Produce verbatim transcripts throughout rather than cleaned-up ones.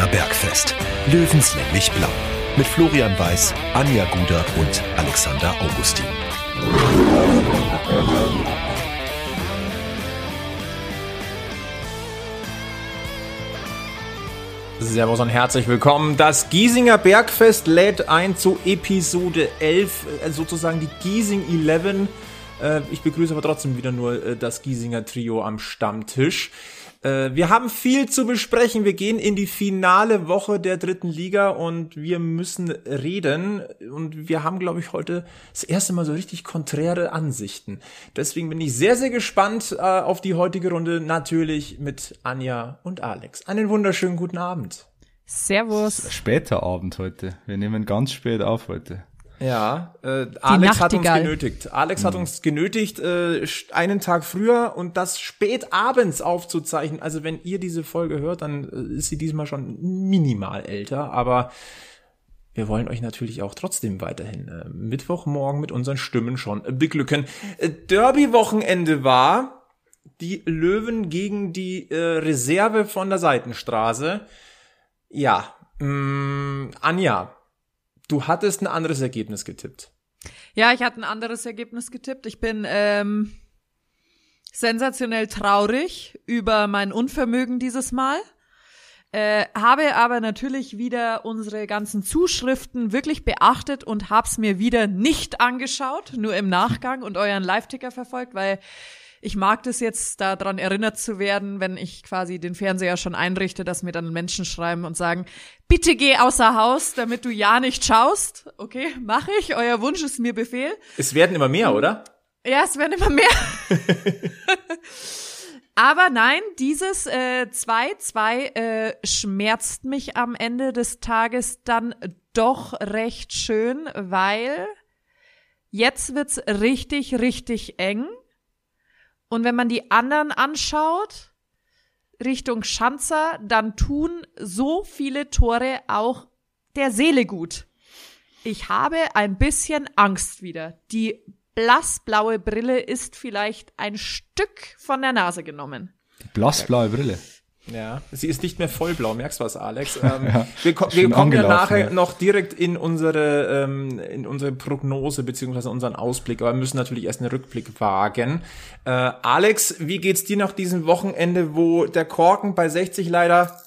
Bergfest. Löwenslänglich blau. Mit Florian Weiß, Anja Guder und Alexander Augustin. Servus und herzlich willkommen. Das Giesinger Bergfest lädt ein zu Episode elf, sozusagen die Giesing elf. Ich begrüße aber trotzdem wieder nur das Giesinger Trio am Stammtisch. Wir haben viel zu besprechen. Wir gehen in die finale Woche der dritten Liga und wir müssen reden. Und wir haben, glaube ich, heute das erste Mal so richtig konträre Ansichten. Deswegen bin ich sehr, sehr gespannt äh, auf die heutige Runde. Natürlich mit Anja und Alex. Einen wunderschönen guten Abend. Servus. Später Abend heute. Wir nehmen ganz spät auf heute. Ja, äh, Alex hat uns genötigt. Alex hat uns genötigt, äh, einen Tag früher und das spät abends aufzuzeichnen. Also wenn ihr diese Folge hört, dann ist sie diesmal schon minimal älter. Aber wir wollen euch natürlich auch trotzdem weiterhin äh, Mittwochmorgen mit unseren Stimmen schon beglücken. Äh, Derby-Wochenende war die Löwen gegen die äh, Reserve von der Seitenstraße. Ja, mh, Anja. Du hattest ein anderes Ergebnis getippt. Ja, ich hatte ein anderes Ergebnis getippt. Ich bin ähm, sensationell traurig über mein Unvermögen dieses Mal. Äh, habe aber natürlich wieder unsere ganzen Zuschriften wirklich beachtet und hab's mir wieder nicht angeschaut, nur im Nachgang und euren Live-Ticker verfolgt, weil ich mag das jetzt, daran erinnert zu werden, wenn ich quasi den Fernseher schon einrichte, dass mir dann Menschen schreiben und sagen, bitte geh außer Haus, damit du ja nicht schaust. Okay, mache ich. Euer Wunsch ist mir Befehl. Es werden immer mehr, oder? Ja, es werden immer mehr. Aber nein, dieses äh, zwei zwei äh, schmerzt mich am Ende des Tages dann doch recht schön, weil jetzt wird's richtig, richtig eng. Und wenn man die anderen anschaut, Richtung Schanzer, dann tun so viele Tore auch der Seele gut. Ich habe ein bisschen Angst wieder. Die blassblaue Brille ist vielleicht ein Stück von der Nase genommen. Die blassblaue Brille? Ja, sie ist nicht mehr vollblau, merkst du was, Alex? Ähm, ja, wir ko- wir kommen ja nachher ja. noch direkt in unsere ähm, in unsere Prognose beziehungsweise unseren Ausblick, aber wir müssen natürlich erst einen Rückblick wagen. Äh, Alex, wie geht's dir nach diesem Wochenende, wo der Korken bei sechzig leider,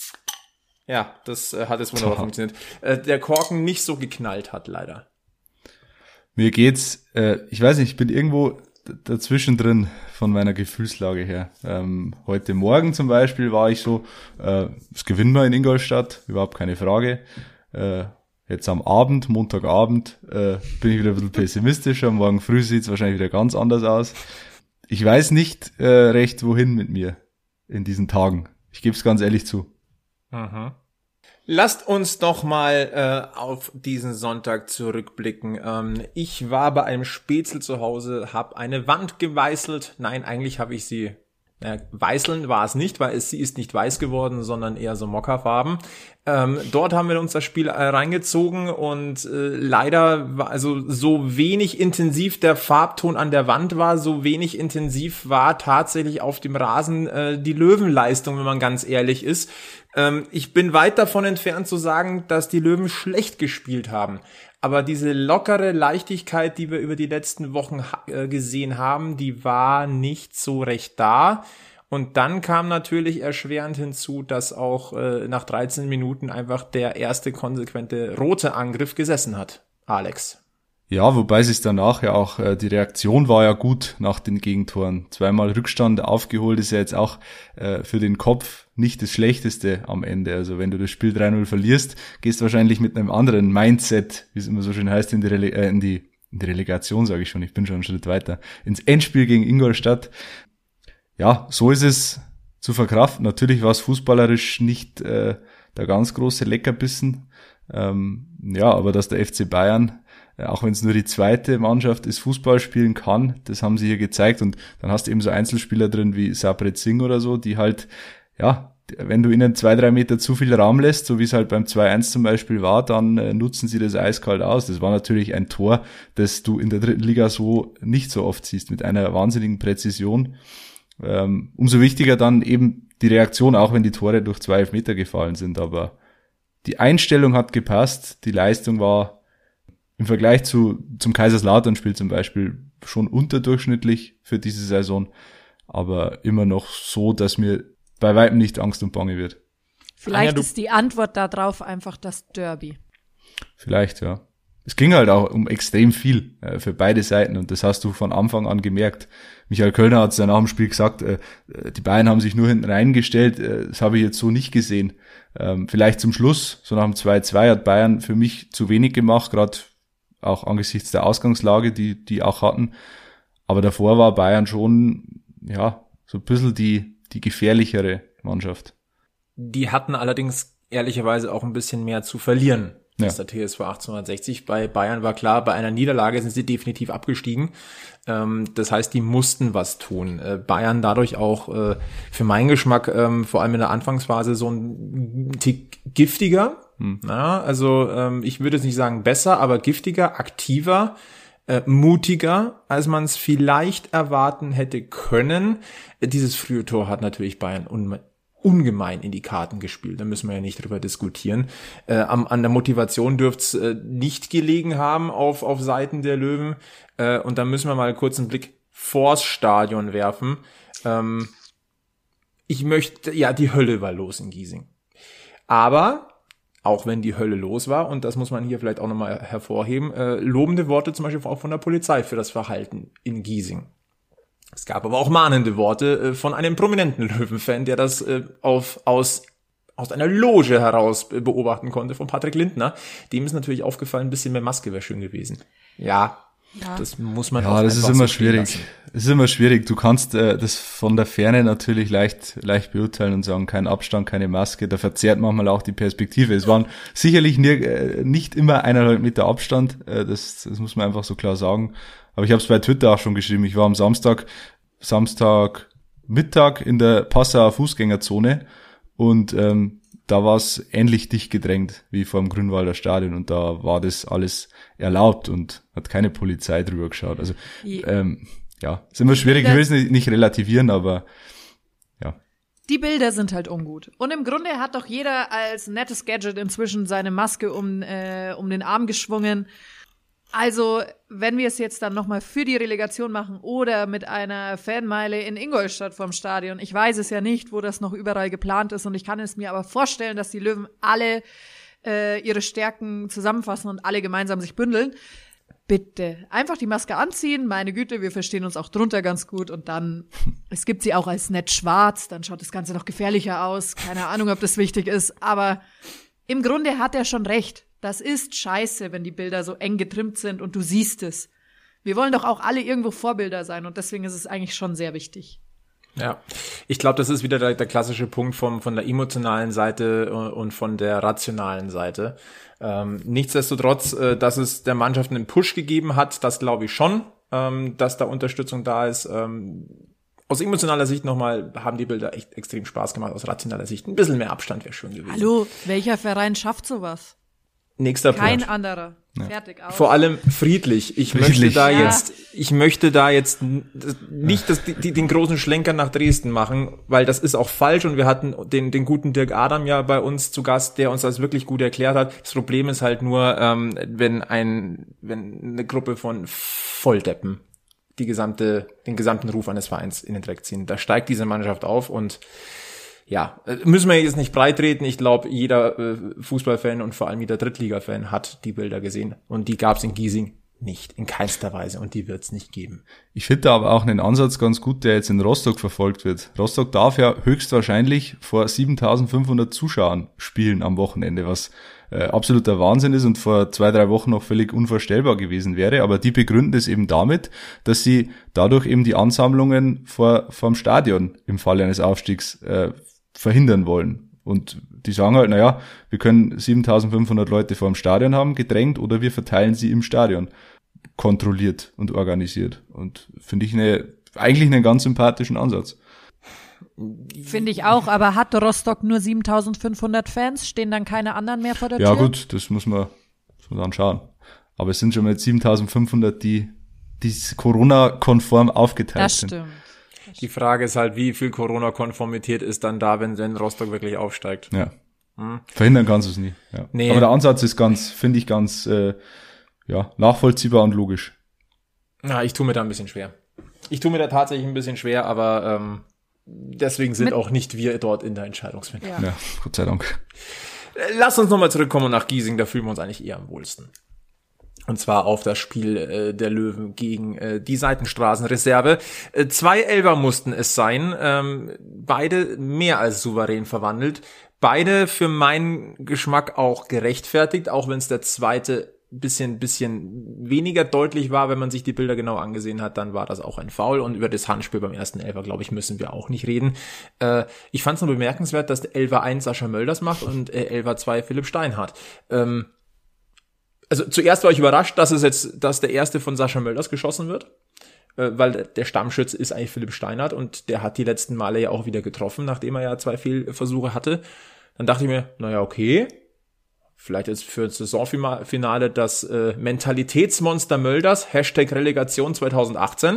ja, das äh, hat es wunderbar funktioniert, äh, der Korken nicht so geknallt hat, leider? Mir geht's, äh, ich weiß nicht, ich bin irgendwo dazwischen drin von meiner Gefühlslage her. Ähm, heute Morgen zum Beispiel war ich so, äh, das gewinnen wir in Ingolstadt, überhaupt keine Frage. Äh, jetzt am Abend, Montagabend, äh, bin ich wieder ein bisschen pessimistischer. Morgen früh sieht's wahrscheinlich wieder ganz anders aus. Ich weiß nicht äh, recht, wohin mit mir in diesen Tagen. Ich gebe es ganz ehrlich zu. Mhm. Lasst uns doch mal äh, auf diesen Sonntag zurückblicken. Ähm, ich war bei einem Spätzl zu Hause, habe eine Wand geweißelt. Nein, eigentlich habe ich sie, äh, weißeln war es nicht, weil es, sie ist nicht weiß geworden, sondern eher so mokkafarben. Ähm, dort haben wir uns das Spiel äh, reingezogen und äh, leider war also so wenig intensiv der Farbton an der Wand war, so wenig intensiv war tatsächlich auf dem Rasen äh, die Löwenleistung, wenn man ganz ehrlich ist. Ähm, ich bin weit davon entfernt zu sagen, dass die Löwen schlecht gespielt haben. Aber diese lockere Leichtigkeit, die wir über die letzten Wochen ha- äh, gesehen haben, die war nicht so recht da. Und dann kam natürlich erschwerend hinzu, dass auch äh, nach dreizehn Minuten einfach der erste konsequente rote Angriff gesessen hat. Alex. Ja, wobei es danach ja auch, äh, die Reaktion war ja gut nach den Gegentoren. Zweimal Rückstand aufgeholt ist ja jetzt auch äh, für den Kopf nicht das Schlechteste am Ende. Also wenn du das Spiel drei null verlierst, gehst du wahrscheinlich mit einem anderen Mindset, wie es immer so schön heißt, in die, Rele- äh, in die, in die Relegation, sage ich schon, ich bin schon einen Schritt weiter, ins Endspiel gegen Ingolstadt. Ja, so ist es zu verkraften. Natürlich war es fußballerisch nicht äh, der ganz große Leckerbissen. Ähm, ja, aber dass der F C Bayern, äh, auch wenn es nur die zweite Mannschaft ist, Fußball spielen kann, das haben sie hier gezeigt. Und dann hast du eben so Einzelspieler drin wie Sabret Singh oder so, die halt, ja, wenn du ihnen zwei, drei Meter zu viel Raum lässt, so wie es halt beim zwei eins zum Beispiel war, dann äh, nutzen sie das eiskalt aus. Das war natürlich ein Tor, das du in der dritten Liga so nicht so oft siehst, mit einer wahnsinnigen Präzision. Ähm, umso wichtiger dann eben die Reaktion, auch wenn die Tore durch zwei Elfmeter gefallen sind, aber die Einstellung hat gepasst, die Leistung war im Vergleich zu zum Kaiserslautern-Spiel zum Beispiel schon unterdurchschnittlich für diese Saison, aber immer noch so, dass mir bei weitem nicht Angst und Bange wird. Vielleicht Anja, ist die Antwort darauf einfach das Derby. Vielleicht, ja. Es ging halt auch um extrem viel äh, für beide Seiten und das hast du von Anfang an gemerkt. Michael Kölner hat es dann nach dem Spiel gesagt, äh, die Bayern haben sich nur hinten reingestellt, äh, das habe ich jetzt so nicht gesehen. Ähm, vielleicht zum Schluss, so nach dem zwei zwei hat Bayern für mich zu wenig gemacht, gerade auch angesichts der Ausgangslage, die die auch hatten. Aber davor war Bayern schon, ja, so ein bisschen die die gefährlichere Mannschaft. Die hatten allerdings ehrlicherweise auch ein bisschen mehr zu verlieren. Ja. Das ist der T S V achtzehnhundertsechzig. Bei Bayern war klar, bei einer Niederlage sind sie definitiv abgestiegen. Ähm, das heißt, die mussten was tun. Äh, Bayern dadurch auch äh, für meinen Geschmack ähm, vor allem in der Anfangsphase so ein Tick giftiger. Hm. Ja, also ähm, ich würde jetzt nicht sagen besser, aber giftiger, aktiver, äh, mutiger, als man es vielleicht erwarten hätte können. Äh, dieses frühe Tor hat natürlich Bayern un- ungemein in die Karten gespielt. Da müssen wir ja nicht drüber diskutieren. Äh, am, an der Motivation dürfte es äh, nicht gelegen haben auf, auf Seiten der Löwen. Äh, und da müssen wir mal kurz einen Blick vors Stadion werfen. Ähm, ich möchte, ja, die Hölle war los in Giesing. Aber, auch wenn die Hölle los war, und das muss man hier vielleicht auch nochmal hervorheben, äh, lobende Worte zum Beispiel auch von der Polizei für das Verhalten in Giesing. Es gab aber auch mahnende Worte äh, von einem prominenten Löwenfan, der das äh, auf, aus, aus einer Loge heraus äh, beobachten konnte, von Patrick Lindner. Dem ist natürlich aufgefallen, ein bisschen mehr Maske wäre schön gewesen. Ja, ja. Das muss man auch Ja, das ist immer so schwierig. Es ist immer schwierig. Du kannst äh, das von der Ferne natürlich leicht leicht beurteilen und sagen, kein Abstand, keine Maske. Da verzerrt manchmal auch die Perspektive. Es waren sicherlich nie, äh, nicht immer eineinhalb Meter Abstand. Äh, das, das muss man einfach so klar sagen. Aber ich habe es bei Twitter auch schon geschrieben. Ich war am Samstag, Samstag Mittag in der Passauer Fußgängerzone und ähm, da war es ähnlich dicht gedrängt wie vor dem Grünwalder Stadion und da war das alles erlaubt und hat keine Polizei drüber geschaut. Also ähm, ja, ist immer schwierig. Ich will es nicht, nicht relativieren, aber ja. Die Bilder sind halt ungut. Und im Grunde hat doch jeder als nettes Gadget inzwischen seine Maske um, äh, um den Arm geschwungen. Also, wenn wir es jetzt dann nochmal für die Relegation machen oder mit einer Fanmeile in Ingolstadt vorm Stadion, ich weiß es ja nicht, wo das noch überall geplant ist und ich kann es mir aber vorstellen, dass die Löwen alle äh, ihre Stärken zusammenfassen und alle gemeinsam sich bündeln. Bitte, einfach die Maske anziehen, meine Güte, wir verstehen uns auch drunter ganz gut und dann, es gibt sie auch als nett schwarz, dann schaut das Ganze noch gefährlicher aus, keine Ahnung, ob das wichtig ist, aber im Grunde hat er schon recht. Das ist scheiße, wenn die Bilder so eng getrimmt sind und du siehst es. Wir wollen doch auch alle irgendwo Vorbilder sein und deswegen ist es eigentlich schon sehr wichtig. Ja, ich glaube, das ist wieder der, der klassische Punkt vom, von der emotionalen Seite und von der rationalen Seite. Ähm, nichtsdestotrotz, äh, dass es der Mannschaft einen Push gegeben hat, das glaube ich schon, ähm, dass da Unterstützung da ist. Ähm, aus emotionaler Sicht nochmal haben die Bilder echt extrem Spaß gemacht, aus rationaler Sicht ein bisschen mehr Abstand wäre schön gewesen. Hallo, welcher Verein schafft sowas? Nächster Kein Punkt. anderer. Ja. Fertig aus. Vor allem friedlich. Ich Friedlich. möchte da Ja. jetzt, ich möchte da jetzt nicht das, die, den großen Schlenker nach Dresden machen, weil das ist auch falsch und wir hatten den, den guten Dirk Adam ja bei uns zu Gast, der uns das wirklich gut erklärt hat. Das Problem ist halt nur, ähm, wenn ein, wenn eine Gruppe von Volldeppen die gesamte, den gesamten Ruf eines Vereins in den Dreck ziehen. Da steigt diese Mannschaft auf und ja, müssen wir jetzt nicht breitreden. Ich glaube, jeder äh, Fußballfan und vor allem jeder Drittliga-Fan hat die Bilder gesehen. Und die gab es in Giesing nicht, in keinster Weise. Und die wird es nicht geben. Ich finde aber auch einen Ansatz ganz gut, der jetzt in Rostock verfolgt wird. Rostock darf ja höchstwahrscheinlich vor siebentausendfünfhundert Zuschauern spielen am Wochenende, was äh, absoluter Wahnsinn ist und vor zwei, drei Wochen noch völlig unvorstellbar gewesen wäre. Aber die begründen das eben damit, dass sie dadurch eben die Ansammlungen vor vom Stadion im Falle eines Aufstiegs äh, verhindern wollen. Und die sagen halt, naja, wir können siebentausendfünfhundert Leute vor dem Stadion haben, gedrängt, oder wir verteilen sie im Stadion. Kontrolliert und organisiert. Und finde ich eine, eigentlich einen ganz sympathischen Ansatz. Finde ich auch, aber hat Rostock nur siebentausendfünfhundert Fans? Stehen dann keine anderen mehr vor der Ja, Tür? Ja gut, das muss man, muss man dann schauen. Aber es sind schon mal siebentausendfünfhundert, die, die Corona-konform aufgeteilt Das sind. stimmt. Die Frage ist halt, wie viel Corona-Konformität ist dann da, wenn, wenn Rostock wirklich aufsteigt. Ja. Hm. Verhindern kannst du es nie. Ja. Nee. Aber der Ansatz ist ganz, finde ich ganz äh, ja, nachvollziehbar und logisch. Na, ich tue mir da ein bisschen schwer. Ich tue mir da tatsächlich ein bisschen schwer, aber ähm, deswegen sind Mit auch nicht wir dort in der Entscheidungsfindung. Ja. ja, Gott sei Dank. Lass uns nochmal zurückkommen nach Giesing, da fühlen wir uns eigentlich eher am wohlsten. Und zwar auf das Spiel äh, der Löwen gegen äh, die Seitenstraßenreserve. Äh, zwei Elfer mussten es sein, ähm, beide mehr als souverän verwandelt. Beide für meinen Geschmack auch gerechtfertigt, auch wenn es der zweite bisschen bisschen weniger deutlich war. Wenn man sich die Bilder genau angesehen hat, dann war das auch ein Foul. Und über das Handspiel beim ersten Elfer, glaube ich, müssen wir auch nicht reden. Äh, ich fand es nur bemerkenswert, dass der Elfer eins Sascha Mölders macht und äh, Elfer zwei Philipp Steinhardt. Ähm, Also zuerst war ich überrascht, dass es jetzt, dass der erste von Sascha Mölders geschossen wird, äh, weil der Stammschütze ist eigentlich Philipp Steinhardt und der hat die letzten Male ja auch wieder getroffen, nachdem er ja zwei Fehlversuche hatte. Dann dachte ich mir, naja, okay, vielleicht jetzt für das Saisonfinale das äh, Mentalitätsmonster Mölders, Hashtag Relegation zwanzig achtzehn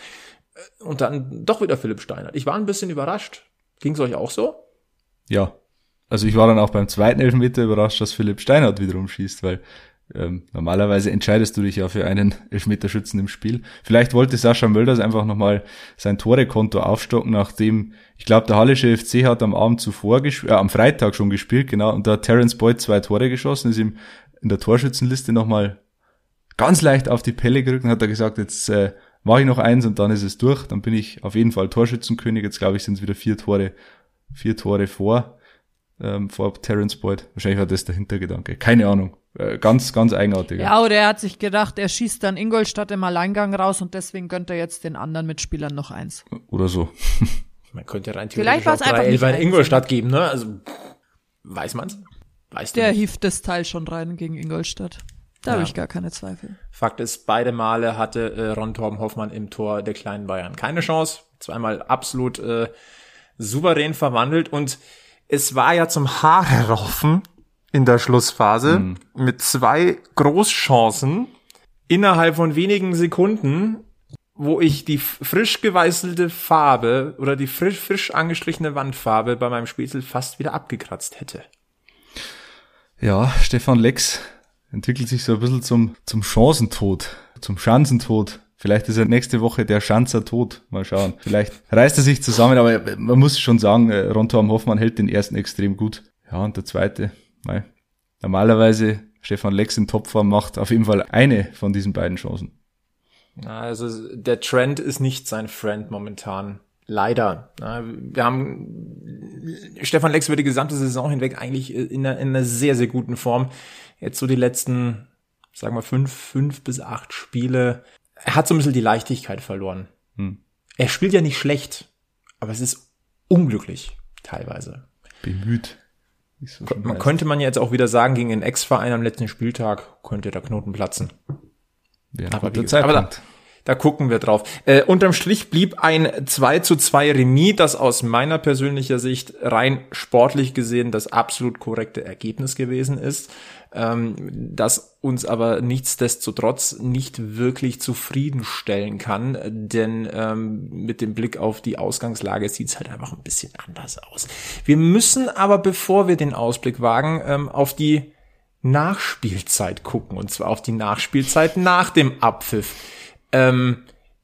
und dann doch wieder Philipp Steinhardt. Ich war ein bisschen überrascht. Ging es euch auch so? Ja, also ich war dann auch beim zweiten Elfmeter überrascht, dass Philipp Steinhardt wiederum schießt, weil Ähm, normalerweise entscheidest du dich ja für einen Elfmeterschützen im Spiel. Vielleicht wollte Sascha Mölders einfach nochmal sein Torekonto aufstocken, nachdem, ich glaube, der Hallische F C hat am Abend zuvor, gesp- äh, am Freitag schon gespielt, genau, und da hat Terence Boyd zwei Tore geschossen, ist ihm in der Torschützenliste nochmal ganz leicht auf die Pelle gerückt und hat er gesagt, jetzt äh, mache ich noch eins und dann ist es durch, dann bin ich auf jeden Fall Torschützenkönig, jetzt glaube ich sind es wieder vier Tore, vier Tore vor, ähm, vor Terence Boyd. Wahrscheinlich war das der Hintergedanke, keine Ahnung. Ganz, ganz eigenartig. Ja, oder er hat sich gedacht, er schießt dann Ingolstadt im Alleingang raus und deswegen gönnt er jetzt den anderen Mitspielern noch eins. Oder so. Man könnte rein theoretisch auch drei Elfer in Ingolstadt geben, ne? Also, weiß man's? Weiß Der hieft das Teil schon rein gegen Ingolstadt. Da ja. habe ich gar keine Zweifel. Fakt ist, beide Male hatte äh, Ron Torben Hoffmann im Tor der kleinen Bayern keine Chance. Zweimal absolut äh, souverän verwandelt und es war ja zum Haarraufen in der Schlussphase mhm. mit zwei Großchancen innerhalb von wenigen Sekunden, wo ich die frisch geweißelte Farbe oder die frisch, frisch angestrichene Wandfarbe bei meinem Spätzle fast wieder abgekratzt hätte. Ja, Stefan Lex entwickelt sich so ein bisschen zum, zum Chancentod, zum Chancentod. Vielleicht ist er nächste Woche der Schanzer Tod. Mal schauen. Vielleicht reißt er sich zusammen, aber man muss schon sagen, Ron Torben Hoffmann hält den ersten extrem gut. Ja, und der zweite, Nein. Normalerweise Stefan Lex in Topform macht auf jeden Fall eine von diesen beiden Chancen. Also der Trend ist nicht sein Friend momentan. Leider. Wir haben Stefan Lex über die gesamte Saison hinweg eigentlich in einer, in einer sehr, sehr guten Form. Jetzt so die letzten, sagen wir fünf, fünf bis acht Spiele. Er hat so ein bisschen die Leichtigkeit verloren. Hm. Er spielt ja nicht schlecht, aber es ist unglücklich teilweise. Bemüht. So man könnte man jetzt auch wieder sagen, gegen den Ex-Verein am letzten Spieltag könnte der Knoten platzen. Ja, aber, wie, aber da, da gucken wir drauf. Äh, unterm Strich blieb ein zwei zu zwei Remis, das aus meiner persönlicher Sicht rein sportlich gesehen das absolut korrekte Ergebnis gewesen ist, ähm, das uns aber nichtsdestotrotz nicht wirklich zufriedenstellen kann, denn ähm, mit dem Blick auf die Ausgangslage sieht's halt einfach ein bisschen anders aus. Wir müssen aber, bevor wir den Ausblick wagen, ähm, auf die Nachspielzeit gucken, und zwar auf die Nachspielzeit nach dem Abpfiff. Ähm,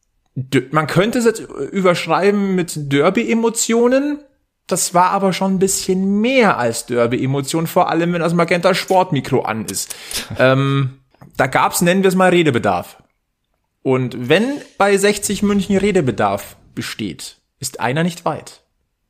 man könnte es jetzt überschreiben mit Derby-Emotionen. Das war aber schon ein bisschen mehr als Derby-Emotionen, vor allem wenn das Magenta Sportmikro an ist. ähm, da gab's, nennen wir es mal, Redebedarf. Und wenn bei sechzig München Redebedarf besteht, ist einer nicht weit.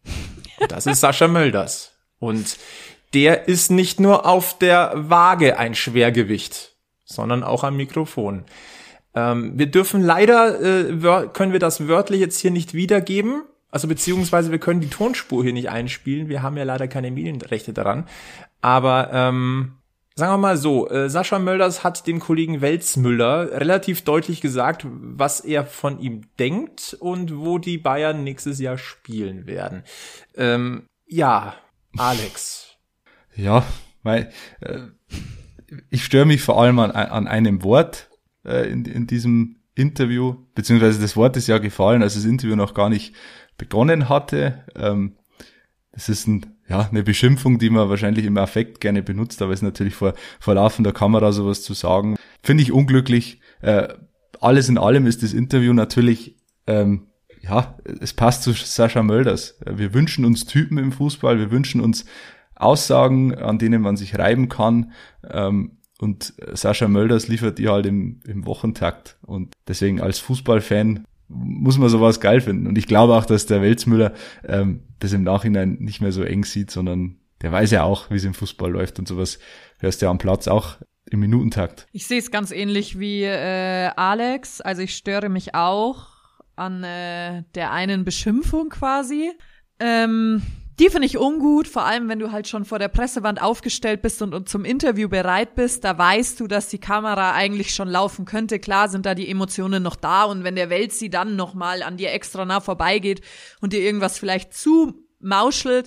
Das ist Sascha Mölders. Und der ist nicht nur auf der Waage ein Schwergewicht, sondern auch am Mikrofon. Ähm, wir dürfen leider, äh, wör- können wir das wörtlich jetzt hier nicht wiedergeben. Also beziehungsweise wir können die Tonspur hier nicht einspielen. Wir haben ja leider keine Medienrechte daran. Aber ähm, sagen wir mal so, äh, Sascha Mölders hat dem Kollegen Welzmüller relativ deutlich gesagt, was er von ihm denkt und wo die Bayern nächstes Jahr spielen werden. Ähm, ja, Alex. Ja, weil äh, ich störe mich vor allem an, an einem Wort äh, in, in diesem Interview, beziehungsweise das Wort ist ja gefallen, als das Interview noch gar nicht begonnen hatte. Ähm, das ist ein, ja, eine Beschimpfung, die man wahrscheinlich im Affekt gerne benutzt, aber es ist natürlich vor, vor laufender Kamera sowas zu sagen, finde ich unglücklich. Äh, alles in allem ist das Interview natürlich, ähm, ja, es passt zu Sascha Mölders. Wir wünschen uns Typen im Fußball, wir wünschen uns Aussagen, an denen man sich reiben kann, ähm, und Sascha Mölders liefert die halt im, im Wochentakt. Und deswegen als Fußballfan muss man sowas geil finden. Und ich glaube auch, dass der Welzmüller ähm, das im Nachhinein nicht mehr so eng sieht, sondern der weiß ja auch, wie es im Fußball läuft. Und sowas hörst du ja am Platz auch im Minutentakt. Ich sehe es ganz ähnlich wie äh, Alex. Also ich störe mich auch an äh, der einen Beschimpfung quasi. Ähm... Die finde ich ungut, vor allem wenn du halt schon vor der Pressewand aufgestellt bist und, und zum Interview bereit bist, da weißt du, dass die Kamera eigentlich schon laufen könnte. Klar sind da die Emotionen noch da und wenn der Weltsi dann nochmal an dir extra nah vorbeigeht und dir irgendwas vielleicht zumauschelt,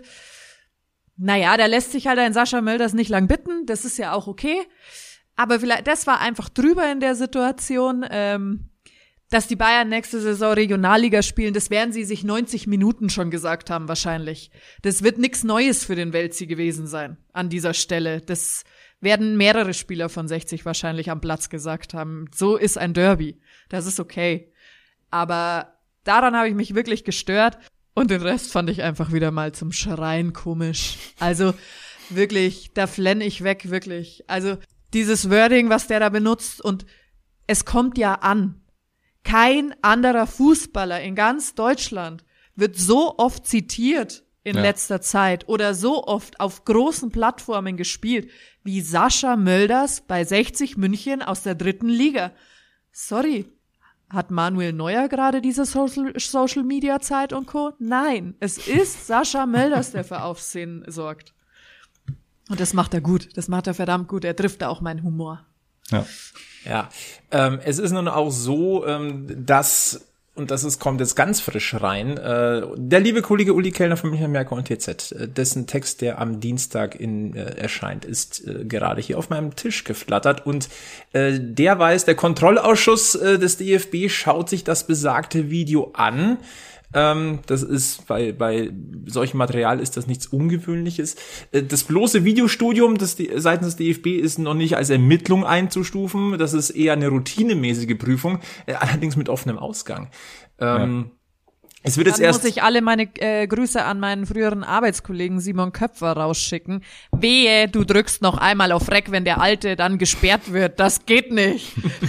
naja, da lässt sich halt ein Sascha Mölders nicht lang bitten, das ist ja auch okay. Aber vielleicht, das war einfach drüber in der Situation, ähm, dass die Bayern nächste Saison Regionalliga spielen, das werden sie sich neunzig Minuten schon gesagt haben wahrscheinlich. Das wird nichts Neues für den Weltsi gewesen sein an dieser Stelle. Das werden mehrere Spieler von sechzig wahrscheinlich am Platz gesagt haben. So ist ein Derby. Das ist okay. Aber daran habe ich mich wirklich gestört und den Rest fand ich einfach wieder mal zum Schreien komisch. Also wirklich, da flenn ich weg, wirklich. Also dieses Wording, was der da benutzt und es kommt ja an. Kein anderer Fußballer in ganz Deutschland wird so oft zitiert in ja. letzter Zeit oder so oft auf großen Plattformen gespielt wie Sascha Mölders bei sechzig München aus der dritten Liga. Sorry, hat Manuel Neuer gerade diese Social, Social Media Zeit und Co.? Nein, es ist Sascha Mölders, der für Aufsehen sorgt. Und das macht er gut, das macht er verdammt gut, er trifft da auch meinen Humor. Ja. Ja, ähm, es ist nun auch so, ähm, dass, und das ist, kommt jetzt ganz frisch rein, äh, der liebe Kollege Uli Kellner von Münchner Merkur und T Z, äh, dessen Text, der am Dienstag in, äh, erscheint, ist äh, gerade hier auf meinem Tisch geflattert und äh, der weiß, der Kontrollausschuss äh, des D F B schaut sich das besagte Video an. Ähm, das ist, bei, bei solchem Material ist das nichts Ungewöhnliches. Äh, das bloße Videostudium des, seitens des D F B ist noch nicht als Ermittlung einzustufen. Das ist eher eine routinemäßige Prüfung, äh, allerdings mit offenem Ausgang. Ähm, ja. Es wird Dann jetzt erst muss ich alle meine äh, Grüße an meinen früheren Arbeitskollegen Simon Köpfer rausschicken. Wehe, du drückst noch einmal auf Rec, wenn der Alte dann gesperrt wird. Das geht nicht.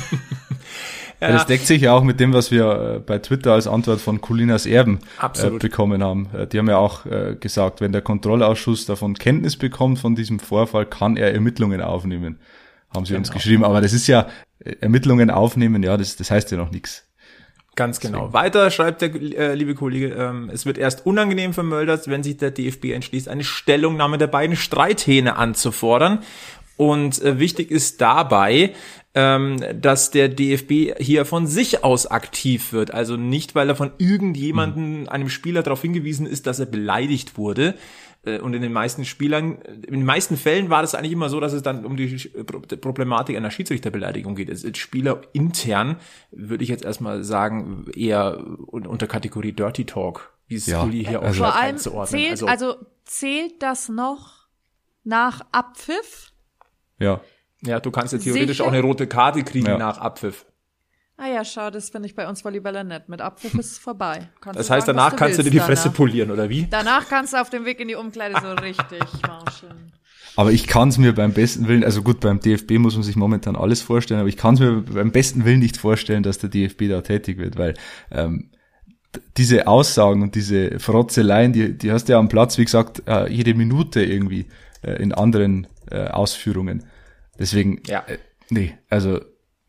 Ja. Das deckt sich ja auch mit dem, was wir bei Twitter als Antwort von Colinas Erben äh, bekommen haben. Die haben ja auch äh, gesagt, wenn der Kontrollausschuss davon Kenntnis bekommt von diesem Vorfall, kann er Ermittlungen aufnehmen, haben sie genau. uns geschrieben. Aber das ist ja, Ermittlungen aufnehmen, ja, das, das heißt ja noch nichts. Ganz genau. Deswegen. Weiter schreibt der äh, liebe Kollege, ähm, es wird erst unangenehm für Mölders, wenn sich der D F B entschließt, eine Stellungnahme der beiden Streithähne anzufordern. Und äh, wichtig ist dabei, ähm, dass der D F B hier von sich aus aktiv wird. Also nicht, weil er von irgendjemandem, mhm. einem Spieler darauf hingewiesen ist, dass er beleidigt wurde. Äh, und in den meisten Spielern, in den meisten Fällen war das eigentlich immer so, dass es dann um die Problematik einer Schiedsrichterbeleidigung geht. Es ist Spieler intern, würde ich jetzt erstmal sagen, eher unter Kategorie Dirty Talk, wie es ja, Uli hier auch also schon vor allem einzuordnen. Zählt, also, also zählt das noch nach Abpfiff? Ja. Ja, du kannst ja theoretisch Sicher? auch eine rote Karte kriegen ja. nach Abpfiff. Ah ja, schau, das finde ich bei uns Volleyballer nett. Mit Abpfiff ist es vorbei. Kannst das heißt, sagen, danach du kannst du dir die Fresse danach. polieren, oder wie? Danach kannst du auf dem Weg in die Umkleide so richtig mauscheln. Aber ich kann es mir beim besten Willen, also gut, beim D F B muss man sich momentan alles vorstellen, aber ich kann es mir beim besten Willen nicht vorstellen, dass der D F B da tätig wird, weil ähm, diese Aussagen und diese Frotzeleien, die, die hast du ja am Platz, wie gesagt, äh, jede Minute irgendwie äh, in anderen äh, Ausführungen. Deswegen, ja. äh, nee, also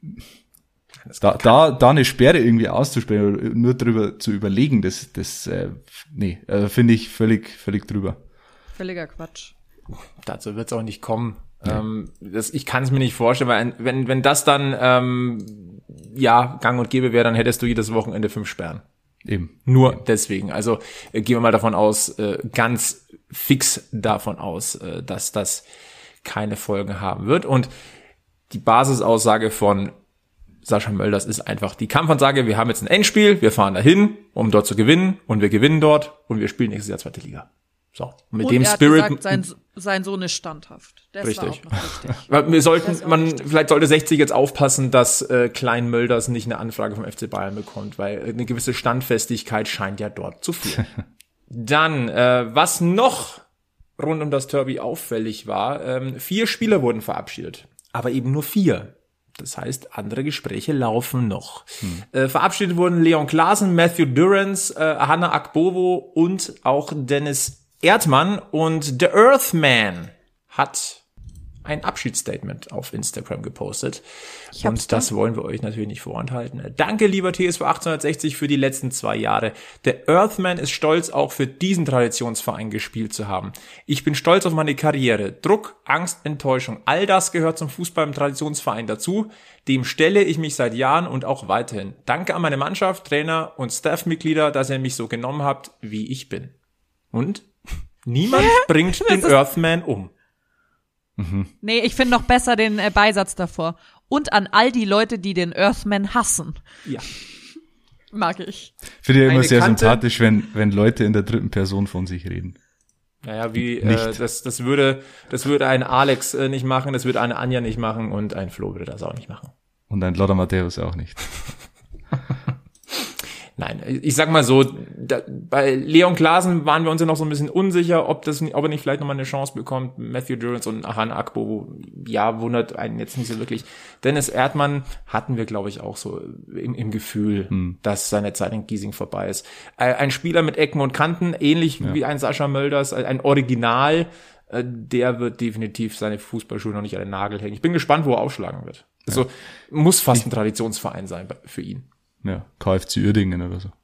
da, da, da eine Sperre irgendwie auszusprechen oder nur drüber zu überlegen, das, das, äh, nee, äh, finde ich völlig, völlig drüber. Völliger Quatsch. Dazu wird es auch nicht kommen. Ja. Ähm, das, ich kann es mir nicht vorstellen, weil wenn, wenn das dann ähm, ja gang und gäbe wäre, dann hättest du jedes Wochenende fünf Sperren. Eben. Nur Eben. deswegen. Also äh, gehen wir mal davon aus, äh, ganz fix davon aus, äh, dass das keine Folgen haben wird. Und die Basisaussage von Sascha Mölders ist einfach die Kampfansage, wir haben jetzt ein Endspiel, wir fahren dahin, um dort zu gewinnen und wir gewinnen dort und wir spielen nächstes Jahr zweite Liga. So, mit und dem er Spirit. hat gesagt, sein, sein Sohn ist standhaft. Das richtig. War auch noch richtig. Wir sollten, Das man, richtig. vielleicht sollte sechzig jetzt aufpassen, dass äh, Klein Mölders nicht eine Anfrage vom F C Bayern bekommt, weil eine gewisse Standfestigkeit scheint ja dort zu fehlen. Dann, äh, was noch rund um das Derby auffällig war, ähm, vier Spieler wurden verabschiedet, aber eben nur vier. Das heißt, andere Gespräche laufen noch. Hm. Äh, verabschiedet wurden Leon Klaassen, Matthew Durrance, äh, Hanna Akbowo und auch Dennis Erdmann. Und The Earthman hat ein Abschiedsstatement auf Instagram gepostet. Und das wollen wir euch natürlich nicht vorenthalten. Danke, lieber T S V achtzehnhundertsechzig, für die letzten zwei Jahre. Der Earthman ist stolz, auch für diesen Traditionsverein gespielt zu haben. Ich bin stolz auf meine Karriere. Druck, Angst, Enttäuschung, all das gehört zum Fußball im Traditionsverein dazu. Dem stelle ich mich seit Jahren und auch weiterhin. Danke an meine Mannschaft, Trainer und Staffmitglieder, dass ihr mich so genommen habt, wie ich bin. Und niemand bringt den Earthman um. Mhm. Nee, ich finde noch besser den äh, Beisatz davor. Und an all die Leute, die den Earthman hassen. Ja. Mag ich. Finde ich immer Eine sehr Kante. sympathisch, wenn, wenn Leute in der dritten Person von sich reden. Naja, wie, Nicht. äh, das, das würde, das würde ein Alex äh, nicht machen, das würde eine Anja nicht machen und ein Flo würde das auch nicht machen. Und ein Lothar Matthäus auch nicht. Nein, ich sag mal so, da, bei Leon Klaassen waren wir uns ja noch so ein bisschen unsicher, ob das, ob er nicht vielleicht nochmal eine Chance bekommt. Matthew Durrance und Hanna Akbowo, ja, wundert einen jetzt nicht so wirklich. Dennis Erdmann hatten wir, glaube ich, auch so im, im Gefühl, hm. dass seine Zeit in Giesing vorbei ist. Ein Spieler mit Ecken und Kanten, ähnlich ja. wie ein Sascha Mölders, ein Original, der wird definitiv seine Fußballschuhe noch nicht an den Nagel hängen. Ich bin gespannt, wo er aufschlagen wird. Also ja. muss fast ein Traditionsverein sein für ihn. Ja, K F C Uerdingen oder so.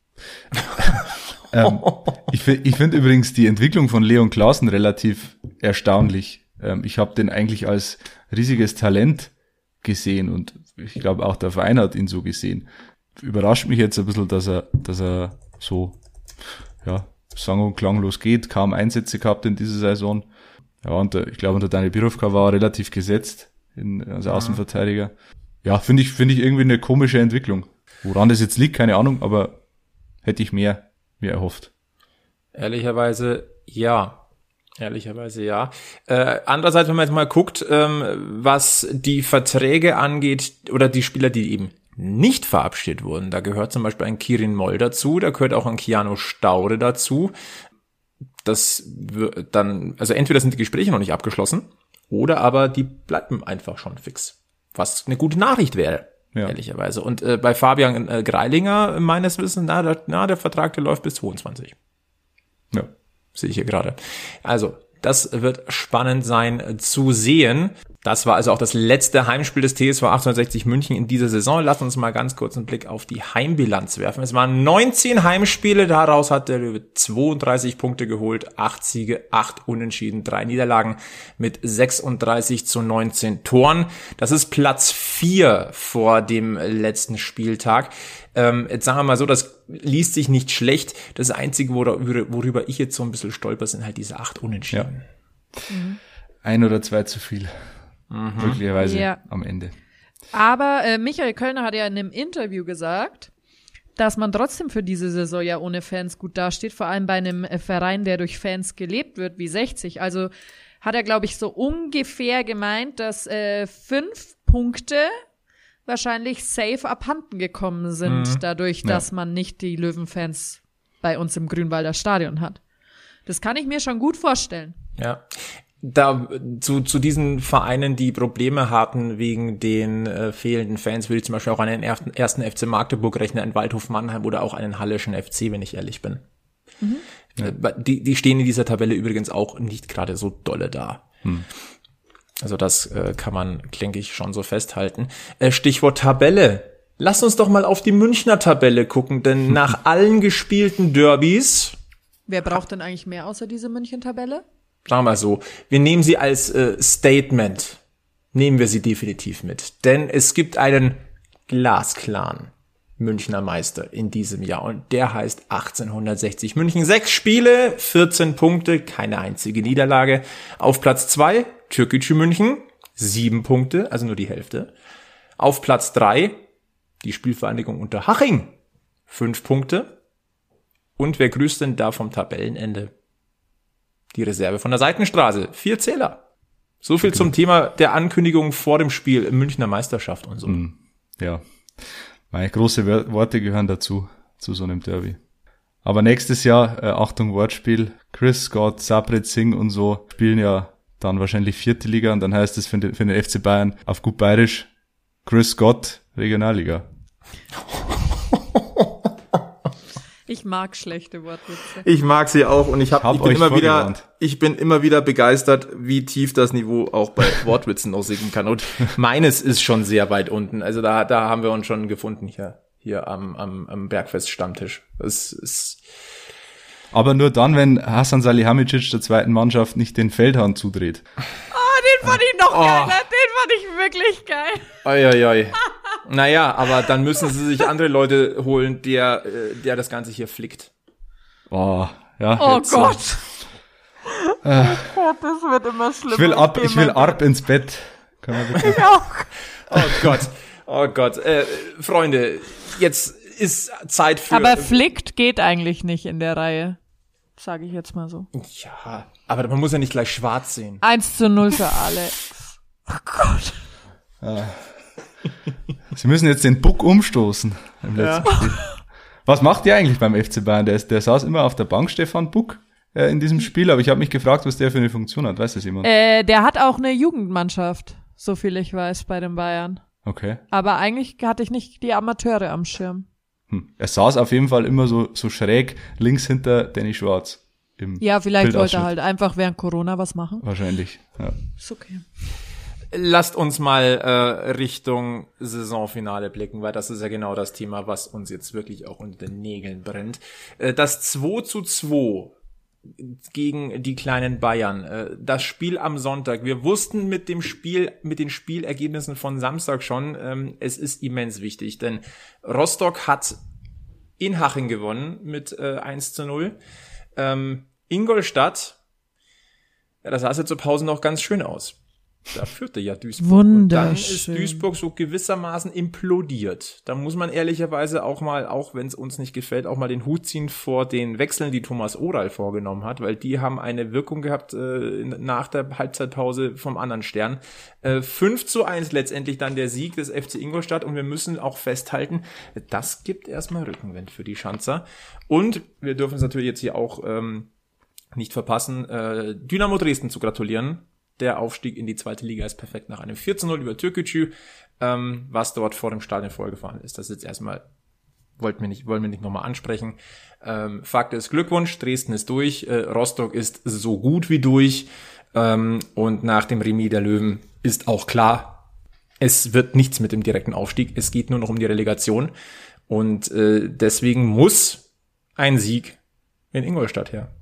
ähm, ich ich finde übrigens die Entwicklung von Leon Klaassen relativ erstaunlich. Ähm, ich habe den eigentlich als riesiges Talent gesehen und ich glaube auch der Verein hat ihn so gesehen. Überrascht mich jetzt ein bisschen, dass er, dass er so, ja, sang- und klanglos geht, kaum Einsätze gehabt in dieser Saison. Ja, und der, ich glaube, unter Dani Birovka war er relativ gesetzt in, als Außenverteidiger. Ja, finde ich, finde ich irgendwie eine komische Entwicklung. Woran das jetzt liegt, keine Ahnung, aber hätte ich mehr, mehr erhofft. Ehrlicherweise, ja. Ehrlicherweise, ja. Äh, andererseits, wenn man jetzt mal guckt, ähm, was die Verträge angeht, oder die Spieler, die eben nicht verabschiedet wurden, da gehört zum Beispiel ein Kirin Moll dazu, da gehört auch ein Keanu Staude dazu. Das wird dann, also entweder sind die Gespräche noch nicht abgeschlossen, oder aber die bleiben einfach schon fix. Was eine gute Nachricht wäre. Ja. Ehrlicherweise. Und äh, bei Fabian äh, Greilinger, meines Wissens, na, der, na, der Vertrag, der läuft bis zweiundzwanzig. Ja. Sehe ich hier gerade. Also, das wird spannend sein äh, zu sehen. Das war also auch das letzte Heimspiel des T S V achtzehnhundertsechzig München in dieser Saison. Lasst uns mal ganz kurz einen Blick auf die Heimbilanz werfen. Es waren neunzehn Heimspiele, daraus hat der Löwe zweiunddreißig Punkte geholt, acht Siege, acht Unentschieden, drei Niederlagen mit sechsunddreißig zu neunzehn Toren. Das ist Platz vier vor dem letzten Spieltag. Ähm, jetzt sagen wir mal so, das liest sich nicht schlecht. Das Einzige, worüber, worüber ich jetzt so ein bisschen stolper, sind halt diese acht Unentschieden. Ja. Mhm. Ein oder zwei zu viel. Mhm. Möglicherweise ja. Am Ende. Aber äh, Michael Kölner hat ja in einem Interview gesagt, dass man trotzdem für diese Saison ja ohne Fans gut dasteht, vor allem bei einem äh, Verein, der durch Fans gelebt wird, wie sechzig. Also hat er, glaube ich, so ungefähr gemeint, dass äh, fünf Punkte wahrscheinlich safe abhanden gekommen sind, mhm. dadurch, dass ja. man nicht die Löwenfans bei uns im Grünwalder Stadion hat. Das kann ich mir schon gut vorstellen. Ja. Da zu zu diesen Vereinen, die Probleme hatten wegen den äh, fehlenden Fans, würde ich zum Beispiel auch an den ersten, ersten F C Magdeburg rechnen, einen Waldhof Mannheim oder auch einen Hallischen F C, wenn ich ehrlich bin. Mhm. Äh, die die stehen in dieser Tabelle übrigens auch nicht gerade so dolle da. Mhm. Also das äh, kann man, denke ich, schon so festhalten. Äh, Stichwort Tabelle. Lass uns doch mal auf die Münchner Tabelle gucken, denn nach allen gespielten Derbys... Wer braucht denn eigentlich mehr außer diese München-Tabelle? Sagen wir mal so, wir nehmen sie als äh, Statement, nehmen wir sie definitiv mit. Denn es gibt einen glasklaren Münchner Meister in diesem Jahr und der heißt achtzehnhundertsechzig München. Sechs Spiele, vierzehn Punkte, keine einzige Niederlage. Auf Platz zwei Türkgücü München, sieben Punkte, also nur die Hälfte. Auf Platz drei Die Spielvereinigung Unterhaching, fünf Punkte. Und wer grüßt denn da vom Tabellenende? Die Reserve von der Seitenstraße, vier Zähler. So viel okay. zum Thema der Ankündigung vor dem Spiel im Münchner Meisterschaft und so. Ja, meine große Worte gehören dazu, zu so einem Derby. Aber nächstes Jahr, äh, Achtung Wortspiel, Chris Scott, Sabret Singh und so spielen ja dann wahrscheinlich vierte Liga und dann heißt es für den, für den F C Bayern auf gut bayerisch Chris Scott, Regionalliga. Ich mag schlechte Wortwitze. Ich mag sie auch und ich, hab, hab ich bin immer wieder, ich bin immer wieder begeistert, wie tief das Niveau auch bei Wortwitzen noch sinken kann. Und meines ist schon sehr weit unten. Also da, da haben wir uns schon gefunden hier, hier am, am, am Bergfest-Stammtisch. Das ist. Aber nur dann, wenn Hasan Salihamidzic der zweiten Mannschaft nicht den Feldhahn zudreht. Oh, den fand ich noch oh. geiler. Den fand ich wirklich geil. Oi, oi, oi. Naja, aber dann müssen sie sich andere Leute holen, der, der das Ganze hier flickt. Oh, ja. Oh jetzt, Gott. Äh, oh Gott, das wird immer schlimmer. Ich will ab, ich will ab ins Bett. Kann man bitte? Ich auch. Oh Gott, oh Gott. Äh, Freunde, jetzt ist Zeit für... Aber flickt geht eigentlich nicht in der Reihe. Sage ich jetzt mal so. Ja, aber man muss ja nicht gleich schwarz sehen. eins zu null für Alex. Oh Gott. Ja. Sie müssen jetzt den Buck umstoßen im letzten ja. Spiel. Was macht ihr eigentlich beim F C Bayern? Der, ist, der saß immer auf der Bank, Stefan Buck, äh, in diesem Spiel, aber ich habe mich gefragt, was der für eine Funktion hat. Weiß das jemand? Äh, der hat auch eine Jugendmannschaft, so viel ich weiß, bei den Bayern. Okay. Aber eigentlich hatte ich nicht die Amateure am Schirm. Hm. Er saß auf jeden Fall immer so, so schräg links hinter Danny Schwarz. Im ja, vielleicht wollte er halt einfach während Corona was machen. Wahrscheinlich, ja. Ist okay. Lasst uns mal äh, Richtung Saisonfinale blicken, weil das ist ja genau das Thema, was uns jetzt wirklich auch unter den Nägeln brennt. Äh, das zwei zu zwei gegen die kleinen Bayern, äh, das Spiel am Sonntag. Wir wussten mit dem Spiel, mit den Spielergebnissen von Samstag schon, ähm, es ist immens wichtig, denn Rostock hat in Haching gewonnen mit äh, eins zu null. Ähm, Ingolstadt, ja, das sah jetzt zur Pause noch ganz schön aus. Da führte ja Duisburg. Und dann ist Duisburg so gewissermaßen implodiert. Da muss man ehrlicherweise auch mal, auch wenn es uns nicht gefällt, auch mal den Hut ziehen vor den Wechseln, die Thomas Oral vorgenommen hat, weil die haben eine Wirkung gehabt äh, nach der Halbzeitpause vom anderen Stern. Äh, fünf zu eins letztendlich dann der Sieg des F C Ingolstadt und wir müssen auch festhalten, das gibt erstmal Rückenwind für die Schanzer. Und wir dürfen es natürlich jetzt hier auch ähm, nicht verpassen, äh, Dynamo Dresden zu gratulieren. Der Aufstieg in die zweite Liga ist perfekt nach einem vier zu null über Türkgücü, ähm, was dort vor dem Stadion vorgefahren ist. Das ist jetzt erstmal, wollten wir nicht, wollen wir nicht nochmal ansprechen. Ähm, Fakt ist Glückwunsch, Dresden ist durch, äh, Rostock ist so gut wie durch ähm, und nach dem Remis der Löwen ist auch klar, es wird nichts mit dem direkten Aufstieg, es geht nur noch um die Relegation und äh, deswegen muss ein Sieg in Ingolstadt her.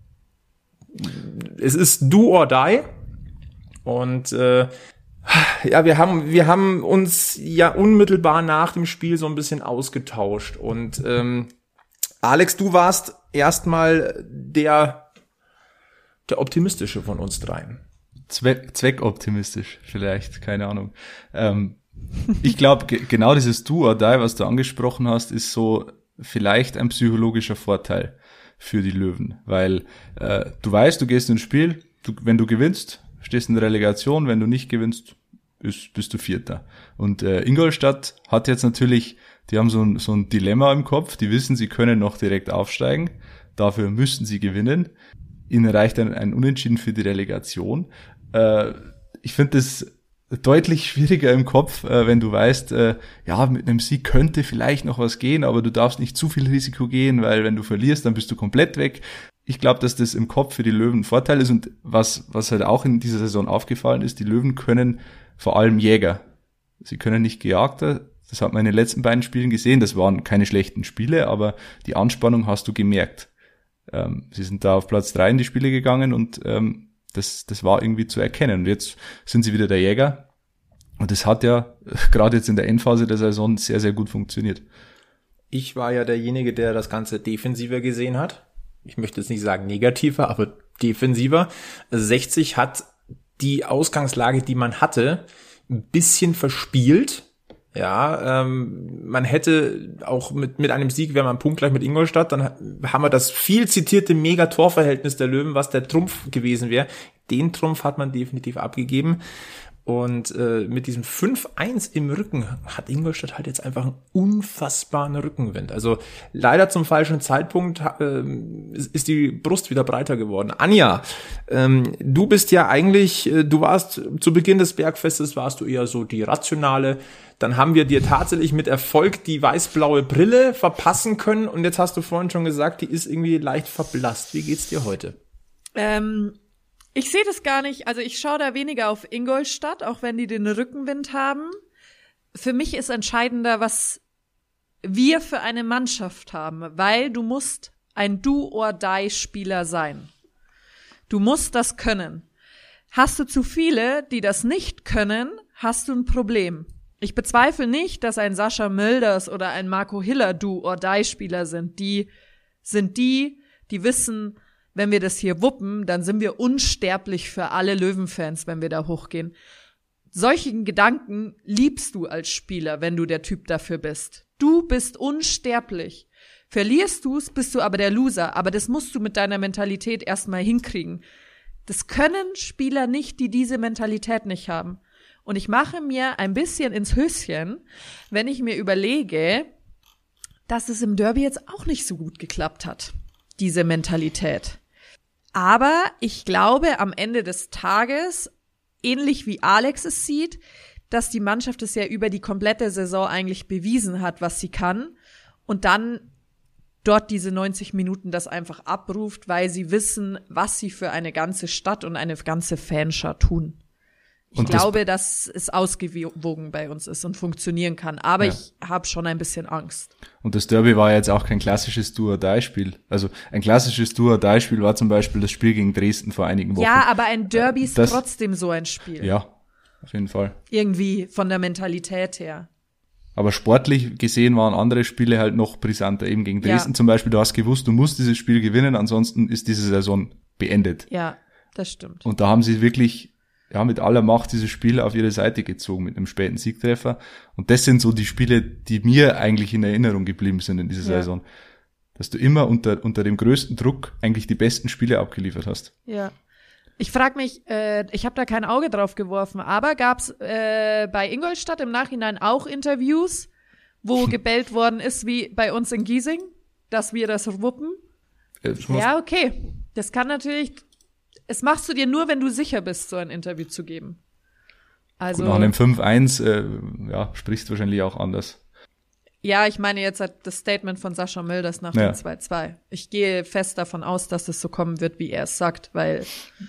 Es ist do or die. Und äh, ja, wir haben wir haben uns ja unmittelbar nach dem Spiel so ein bisschen ausgetauscht. Und ähm, Alex, du warst erstmal der der optimistische von uns dreien. Zweck, zweckoptimistisch vielleicht, keine Ahnung. Ähm, ich glaube, ge- genau dieses Do or Die, was du angesprochen hast, ist so vielleicht ein psychologischer Vorteil für die Löwen, weil äh, du weißt, du gehst ins Spiel, du, wenn du gewinnst, stehst in der Relegation, wenn du nicht gewinnst, ist, bist du Vierter. Und äh, Ingolstadt hat jetzt natürlich, die haben so ein, so ein Dilemma im Kopf, die wissen, sie können noch direkt aufsteigen, dafür müssten sie gewinnen. Ihnen reicht ein, ein Unentschieden für die Relegation. Äh, ich finde das deutlich schwieriger im Kopf, äh, wenn du weißt, äh, ja, mit einem Sieg könnte vielleicht noch was gehen, aber du darfst nicht zu viel Risiko gehen, weil wenn du verlierst, dann bist du komplett weg. Ich glaube, dass das im Kopf für die Löwen ein Vorteil ist und was was halt auch in dieser Saison aufgefallen ist, die Löwen können vor allem Jäger. Sie können nicht Gejagter, das hat man in den letzten beiden Spielen gesehen, das waren keine schlechten Spiele, aber die Anspannung hast du gemerkt. Ähm, sie sind da auf Platz drei in die Spiele gegangen und ähm, das das war irgendwie zu erkennen. Und jetzt sind sie wieder der Jäger und das hat ja gerade jetzt in der Endphase der Saison sehr, sehr gut funktioniert. Ich war ja derjenige, der das Ganze defensiver gesehen hat. Ich möchte jetzt nicht sagen negativer, aber defensiver. sechzig hat die Ausgangslage, die man hatte, ein bisschen verspielt. Ja, ähm, man hätte auch mit mit einem Sieg, wäre man punktgleich mit Ingolstadt, dann haben wir das viel zitierte Mega-Torverhältnis der Löwen, was der Trumpf gewesen wäre. Den Trumpf hat man definitiv abgegeben. Und äh, mit diesem fünf eins im Rücken hat Ingolstadt halt jetzt einfach einen unfassbaren Rückenwind. Also leider zum falschen Zeitpunkt äh, ist die Brust wieder breiter geworden. Anja, ähm, du bist ja eigentlich, äh, du warst zu Beginn des Bergfestes, warst du eher so die rationale. Dann haben wir dir tatsächlich mit Erfolg die weiß-blaue Brille verpassen können. Und jetzt hast du vorhin schon gesagt, die ist irgendwie leicht verblasst. Wie geht's dir heute? Ähm... Ich sehe das gar nicht, also ich schaue da weniger auf Ingolstadt, auch wenn die den Rückenwind haben. Für mich ist entscheidender, was wir für eine Mannschaft haben, weil du musst ein Do-or-Die-Spieler sein. Du musst das können. Hast du zu viele, die das nicht können, hast du ein Problem. Ich bezweifle nicht, dass ein Sascha Mölders oder ein Marco Hiller Do-or-Die-Spieler sind. Die sind die, die wissen, wenn wir das hier wuppen, dann sind wir unsterblich für alle Löwenfans, wenn wir da hochgehen. Solchen Gedanken liebst du als Spieler, wenn du der Typ dafür bist. Du bist unsterblich. Verlierst du's, bist du aber der Loser. Aber das musst du mit deiner Mentalität erstmal hinkriegen. Das können Spieler nicht, die diese Mentalität nicht haben. Und ich mache mir ein bisschen ins Höschen, wenn ich mir überlege, dass es im Derby jetzt auch nicht so gut geklappt hat, diese Mentalität. Aber ich glaube, am Ende des Tages, ähnlich wie Alex es sieht, dass die Mannschaft es ja über die komplette Saison eigentlich bewiesen hat, was sie kann und dann dort diese neunzig Minuten das einfach abruft, weil sie wissen, was sie für eine ganze Stadt und eine ganze Fanschar tun. Ich und glaube, das dass es ausgewogen bei uns ist und funktionieren kann. Aber ja. Ich habe schon ein bisschen Angst. Und das Derby war jetzt auch kein klassisches Do-or-Die-Spiel. Also ein klassisches Do-or-Die-Spiel war zum Beispiel das Spiel gegen Dresden vor einigen Wochen. Ja, aber ein Derby ist das, trotzdem so ein Spiel. Ja, auf jeden Fall. Irgendwie von der Mentalität her. Aber sportlich gesehen waren andere Spiele halt noch brisanter. Eben gegen Dresden ja. zum Beispiel, du hast gewusst, du musst dieses Spiel gewinnen, ansonsten ist diese Saison beendet. Ja, das stimmt. Und da haben sie wirklich ja mit aller Macht dieses Spiel auf ihre Seite gezogen mit einem späten Siegtreffer. Und das sind so die Spiele, die mir eigentlich in Erinnerung geblieben sind in dieser ja. Saison. Dass du immer unter unter dem größten Druck eigentlich die besten Spiele abgeliefert hast. Ja. Ich frage mich, äh, ich habe da kein Auge drauf geworfen, aber gab's äh, bei Ingolstadt im Nachhinein auch Interviews, wo gebellt worden ist, wie bei uns in Giesing, dass wir das wuppen? Äh, ja, okay. Das kann natürlich... Es machst du dir nur, wenn du sicher bist, so ein Interview zu geben. Also, gut, nach einem fünf eins äh, ja, sprichst du wahrscheinlich auch anders. Ja, ich meine jetzt halt das Statement von Sascha Mölders nach ja. dem zwei zwei. Ich gehe fest davon aus, dass es so kommen wird, wie er es sagt, weil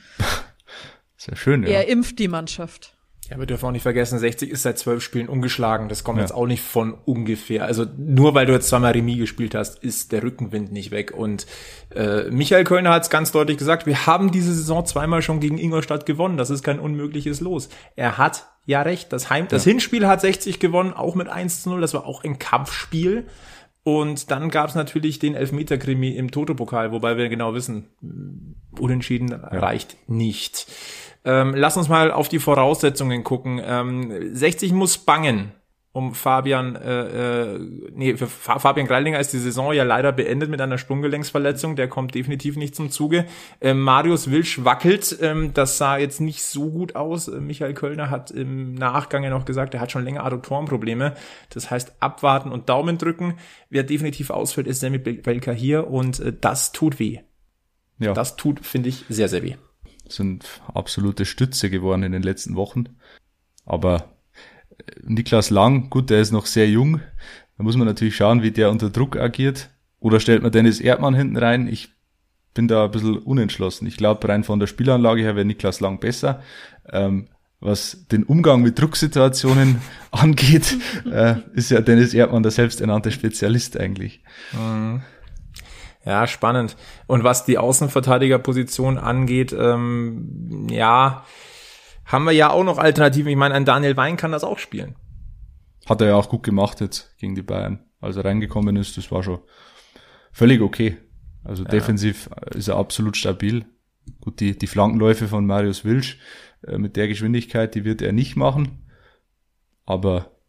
sehr schön, ja. Er impft die Mannschaft. Ja, wir dürfen auch nicht vergessen, sechzig ist seit zwölf Spielen ungeschlagen. Das kommt ja. jetzt auch nicht von ungefähr. Also nur weil du jetzt zweimal Remis gespielt hast, ist der Rückenwind nicht weg. Und äh, Michael Kölner hat es ganz deutlich gesagt, wir haben diese Saison zweimal schon gegen Ingolstadt gewonnen. Das ist kein unmögliches Los. Er hat ja recht. Das Heim, das ja. Hinspiel hat sechzig gewonnen, auch mit eins zu null. Das war auch ein Kampfspiel. Und dann gab es natürlich den Elfmeter-Krimi im Toto-Pokal, wobei wir genau wissen, unentschieden ja. reicht nicht. Ähm, lass uns mal auf die Voraussetzungen gucken. Ähm, sechzig muss bangen um Fabian, äh, äh, nee, für Fabian Greilinger ist die Saison ja leider beendet mit einer Sprunggelenksverletzung, der kommt definitiv nicht zum Zuge. Ähm, Marius Wilsch wackelt, ähm, das sah jetzt nicht so gut aus. Äh, Michael Kölner hat im Nachgang ja noch gesagt, er hat schon länger Adduktorenprobleme. Das heißt, abwarten und Daumen drücken. Wer definitiv ausfällt, ist Semih Belkahir und äh, das tut weh. Ja. Das tut, finde ich, sehr, sehr weh. Sind absolute Stütze geworden in den letzten Wochen. Aber Niklas Lang, gut, der ist noch sehr jung. Da muss man natürlich schauen, wie der unter Druck agiert. Oder stellt man Dennis Erdmann hinten rein? Ich bin da ein bisschen unentschlossen. Ich glaube, rein von der Spielanlage her wäre Niklas Lang besser. Ähm, was den Umgang mit Drucksituationen angeht, äh, ist ja Dennis Erdmann der selbsternannte Spezialist eigentlich. Mhm. Ja, spannend. Und was die Außenverteidigerposition angeht, ähm, ja, haben wir ja auch noch Alternativen. Ich meine, ein Daniel Wein kann das auch spielen. Hat er ja auch gut gemacht jetzt gegen die Bayern. Als er reingekommen ist, das war schon völlig okay. Also ja. Defensiv ist er absolut stabil. Gut, die, die Flankenläufe von Marius Wilsch äh, mit der Geschwindigkeit, die wird er nicht machen. Aber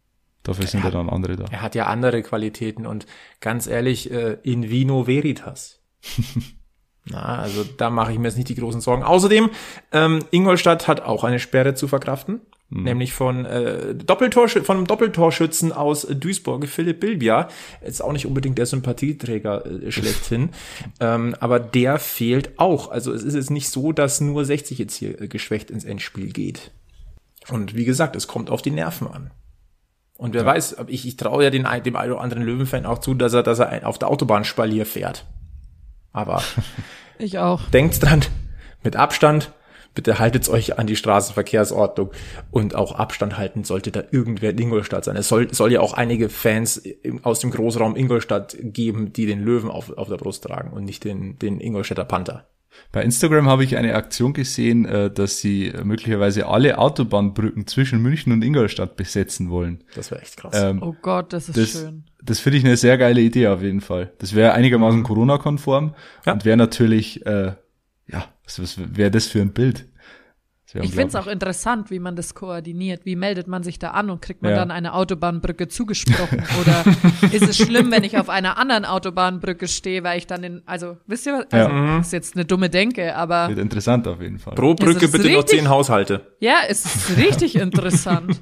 Dafür sind ja dann andere da. Er hat ja andere Qualitäten und ganz ehrlich, äh, in vino veritas. Na, also da mache ich mir jetzt nicht die großen Sorgen. Außerdem, ähm, Ingolstadt hat auch eine Sperre zu verkraften, mhm. nämlich von äh, Doppeltor, von einem Doppeltorschützen aus Duisburg, Philipp Bilbia. Ist auch nicht unbedingt der Sympathieträger äh, schlechthin, ähm, aber der fehlt auch. Also es ist jetzt nicht so, dass nur sechzig jetzt hier äh, geschwächt ins Endspiel geht. Und wie gesagt, es kommt auf die Nerven an. Und wer ja. weiß, ich, ich traue ja den, dem einen oder anderen Löwenfan auch zu, dass er, dass er auf der Autobahn Spalier fährt. Aber ich auch. Denkt dran, mit Abstand, bitte haltet euch an die Straßenverkehrsordnung und auch Abstand halten sollte da irgendwer in Ingolstadt sein. Es soll, soll ja auch einige Fans aus dem Großraum Ingolstadt geben, die den Löwen auf, auf der Brust tragen und nicht den, den Ingolstädter Panther. Bei Instagram habe ich eine Aktion gesehen, dass sie möglicherweise alle Autobahnbrücken zwischen München und Ingolstadt besetzen wollen. Das wäre echt krass. Ähm, oh Gott, das ist das, schön. Das finde ich eine sehr geile Idee auf jeden Fall. Das wäre einigermaßen mhm. Corona-konform ja. und wäre natürlich, äh, ja, was, was wäre das für ein Bild? Ich finde es auch interessant, wie man das koordiniert. Wie meldet man sich da an und kriegt man ja. dann eine Autobahnbrücke zugesprochen? Oder ist es schlimm, wenn ich auf einer anderen Autobahnbrücke stehe, weil ich dann den, also, wisst ihr was? Also, ja. ist jetzt eine dumme Denke, aber. Wird interessant auf jeden Fall. Pro Brücke bitte richtig, noch zehn Haushalte. Ja, es ist richtig interessant.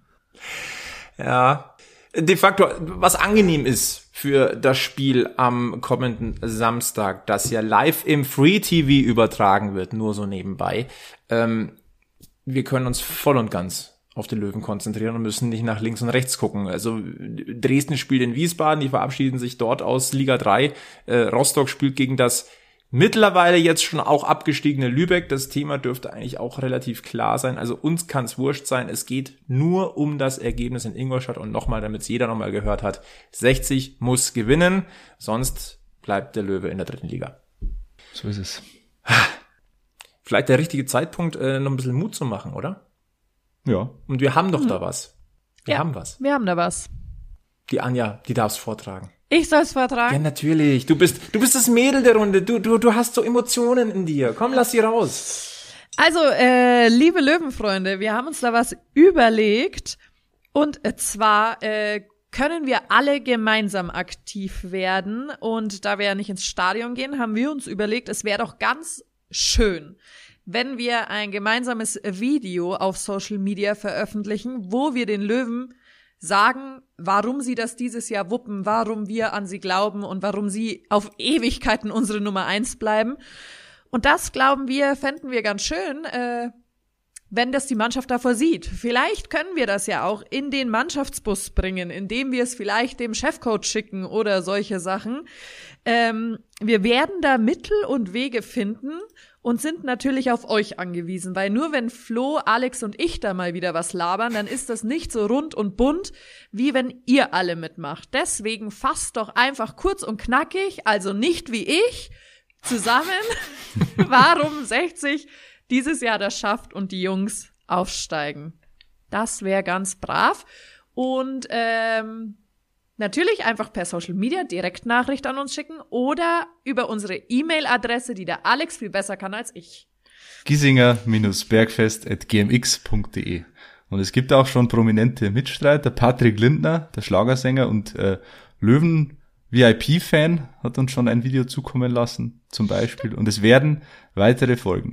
Ja. De facto, was angenehm ist für das Spiel am kommenden Samstag, das ja live im Free-T V übertragen wird, nur so nebenbei. Ähm, wir können uns voll und ganz auf den Löwen konzentrieren und müssen nicht nach links und rechts gucken. Also Dresden spielt in Wiesbaden, die verabschieden sich dort aus Liga drei. Äh, Rostock spielt gegen das mittlerweile jetzt schon auch abgestiegene Lübeck. Das Thema dürfte eigentlich auch relativ klar sein. Also uns kann es wurscht sein. Es geht nur um das Ergebnis in Ingolstadt. Und nochmal, damit es jeder nochmal gehört hat, sechzig muss gewinnen, sonst bleibt der Löwe in der dritten Liga. So ist es. Vielleicht der richtige Zeitpunkt, äh, noch ein bisschen Mut zu machen, oder? Ja. Und wir haben doch mhm. da was. Wir ja, haben was. Wir haben da was. Die Anja, die darf's vortragen. Ich soll's vortragen? Ja, natürlich. Du bist, du bist das Mädel der Runde. Du, du, du hast so Emotionen in dir. Komm, lass sie raus. Also, äh, liebe Löwenfreunde, wir haben uns da was überlegt. Und zwar, äh, können wir alle gemeinsam aktiv werden. Und da wir ja nicht ins Stadion gehen, haben wir uns überlegt, es wäre doch ganz schön, wenn wir ein gemeinsames Video auf Social Media veröffentlichen, wo wir den Löwen sagen, warum sie das dieses Jahr wuppen, warum wir an sie glauben und warum sie auf Ewigkeiten unsere Nummer eins bleiben. Und das, glauben wir, fänden wir ganz schön, äh, wenn das die Mannschaft davor sieht. Vielleicht können wir das ja auch in den Mannschaftsbus bringen, indem wir es vielleicht dem Chefcoach schicken oder solche Sachen. Ähm, wir werden da Mittel und Wege finden und sind natürlich auf euch angewiesen, weil nur wenn Flo, Alex und ich da mal wieder was labern, dann ist das nicht so rund und bunt, wie wenn ihr alle mitmacht. Deswegen fasst doch einfach kurz und knackig, also nicht wie ich, zusammen, warum sechzig dieses Jahr das schafft und die Jungs aufsteigen. Das wäre ganz brav. Und ähm, natürlich einfach per Social Media Direktnachricht an uns schicken oder über unsere E-Mail-Adresse, die der Alex viel besser kann als ich. giesinger-bergfest at g m x punkt d e. Und es gibt auch schon prominente Mitstreiter. Patrick Lindner, der Schlagersänger und äh, Löwen-V I P-Fan, hat uns schon ein Video zukommen lassen, zum Beispiel. Und es werden weitere folgen.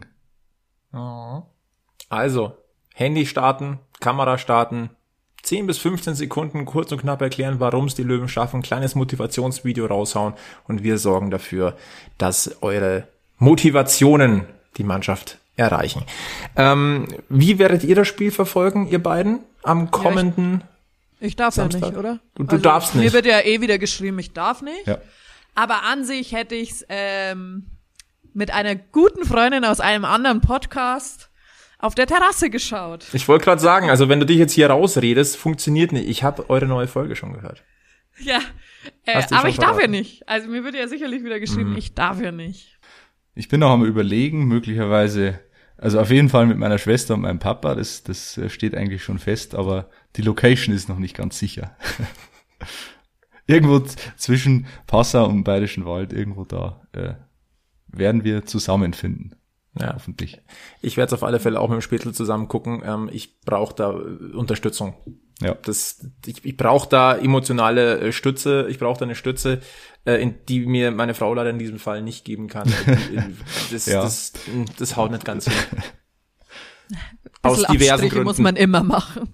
Also, Handy starten, Kamera starten, zehn bis fünfzehn Sekunden kurz und knapp erklären, warum es die Löwen schaffen, kleines Motivationsvideo raushauen und wir sorgen dafür, dass eure Motivationen die Mannschaft erreichen. Ähm, wie werdet ihr das Spiel verfolgen, ihr beiden, am kommenden ja, ich, ich darf Samstag? Ja nicht, oder? Du, du also, darfst nicht. Mir wird ja eh wieder geschrieben, ich darf nicht. Ja. Aber an sich hätte ich's ähm, mit einer guten Freundin aus einem anderen Podcast auf der Terrasse geschaut. Ich wollte gerade sagen, also wenn du dich jetzt hier rausredest, funktioniert nicht. Ich habe eure neue Folge schon gehört. Ja, äh, aber ich darf ja nicht. Also mir wird ja sicherlich wieder geschrieben, mhm. ich darf ja nicht. Ich bin noch am Überlegen, möglicherweise, also auf jeden Fall mit meiner Schwester und meinem Papa, das, das steht eigentlich schon fest, aber die Location ist noch nicht ganz sicher. Irgendwo z- zwischen Passau und Bayerischen Wald, irgendwo da, äh, werden wir zusammenfinden. Ja, hoffentlich. Ich werde es auf alle Fälle auch mit dem Spätzl zusammen gucken. Ähm, ich brauche da Unterstützung. Ja. Das, ich, ich brauche da emotionale äh, Stütze, ich brauche da eine Stütze, äh, in die mir meine Frau leider in diesem Fall nicht geben kann. Die, das, ja. das, das, das haut nicht ganz hin. Aus diversen Abstriche Gründen muss man immer machen.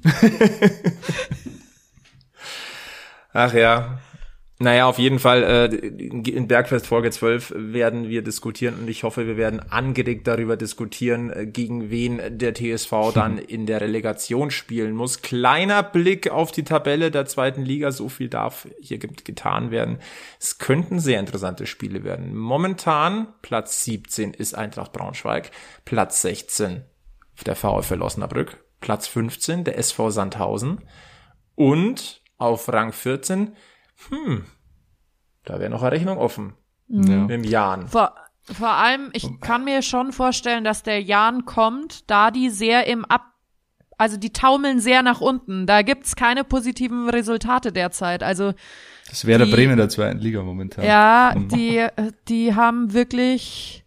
Ach ja. Naja, auf jeden Fall, äh, in Bergfest Folge zwölf werden wir diskutieren und ich hoffe, wir werden angeregt darüber diskutieren, äh, gegen wen der T S V dann in der Relegation spielen muss. Kleiner Blick auf die Tabelle der zweiten Liga, so viel darf hier getan werden. Es könnten sehr interessante Spiele werden. Momentan Platz siebzehn ist Eintracht Braunschweig, Platz sechzehn der VfL Osnabrück, Platz fünfzehn der S V Sandhausen und auf Rang vierzehn Hm, da wäre noch eine Rechnung offen. Ja. Mit dem Jan. Vor, vor allem, ich kann mir schon vorstellen, dass der Jan kommt, da die sehr im Ab, also die taumeln sehr nach unten. Da gibt's keine positiven Resultate derzeit. Also das wäre der Bremen der zweiten Liga momentan. Ja, die, die haben wirklich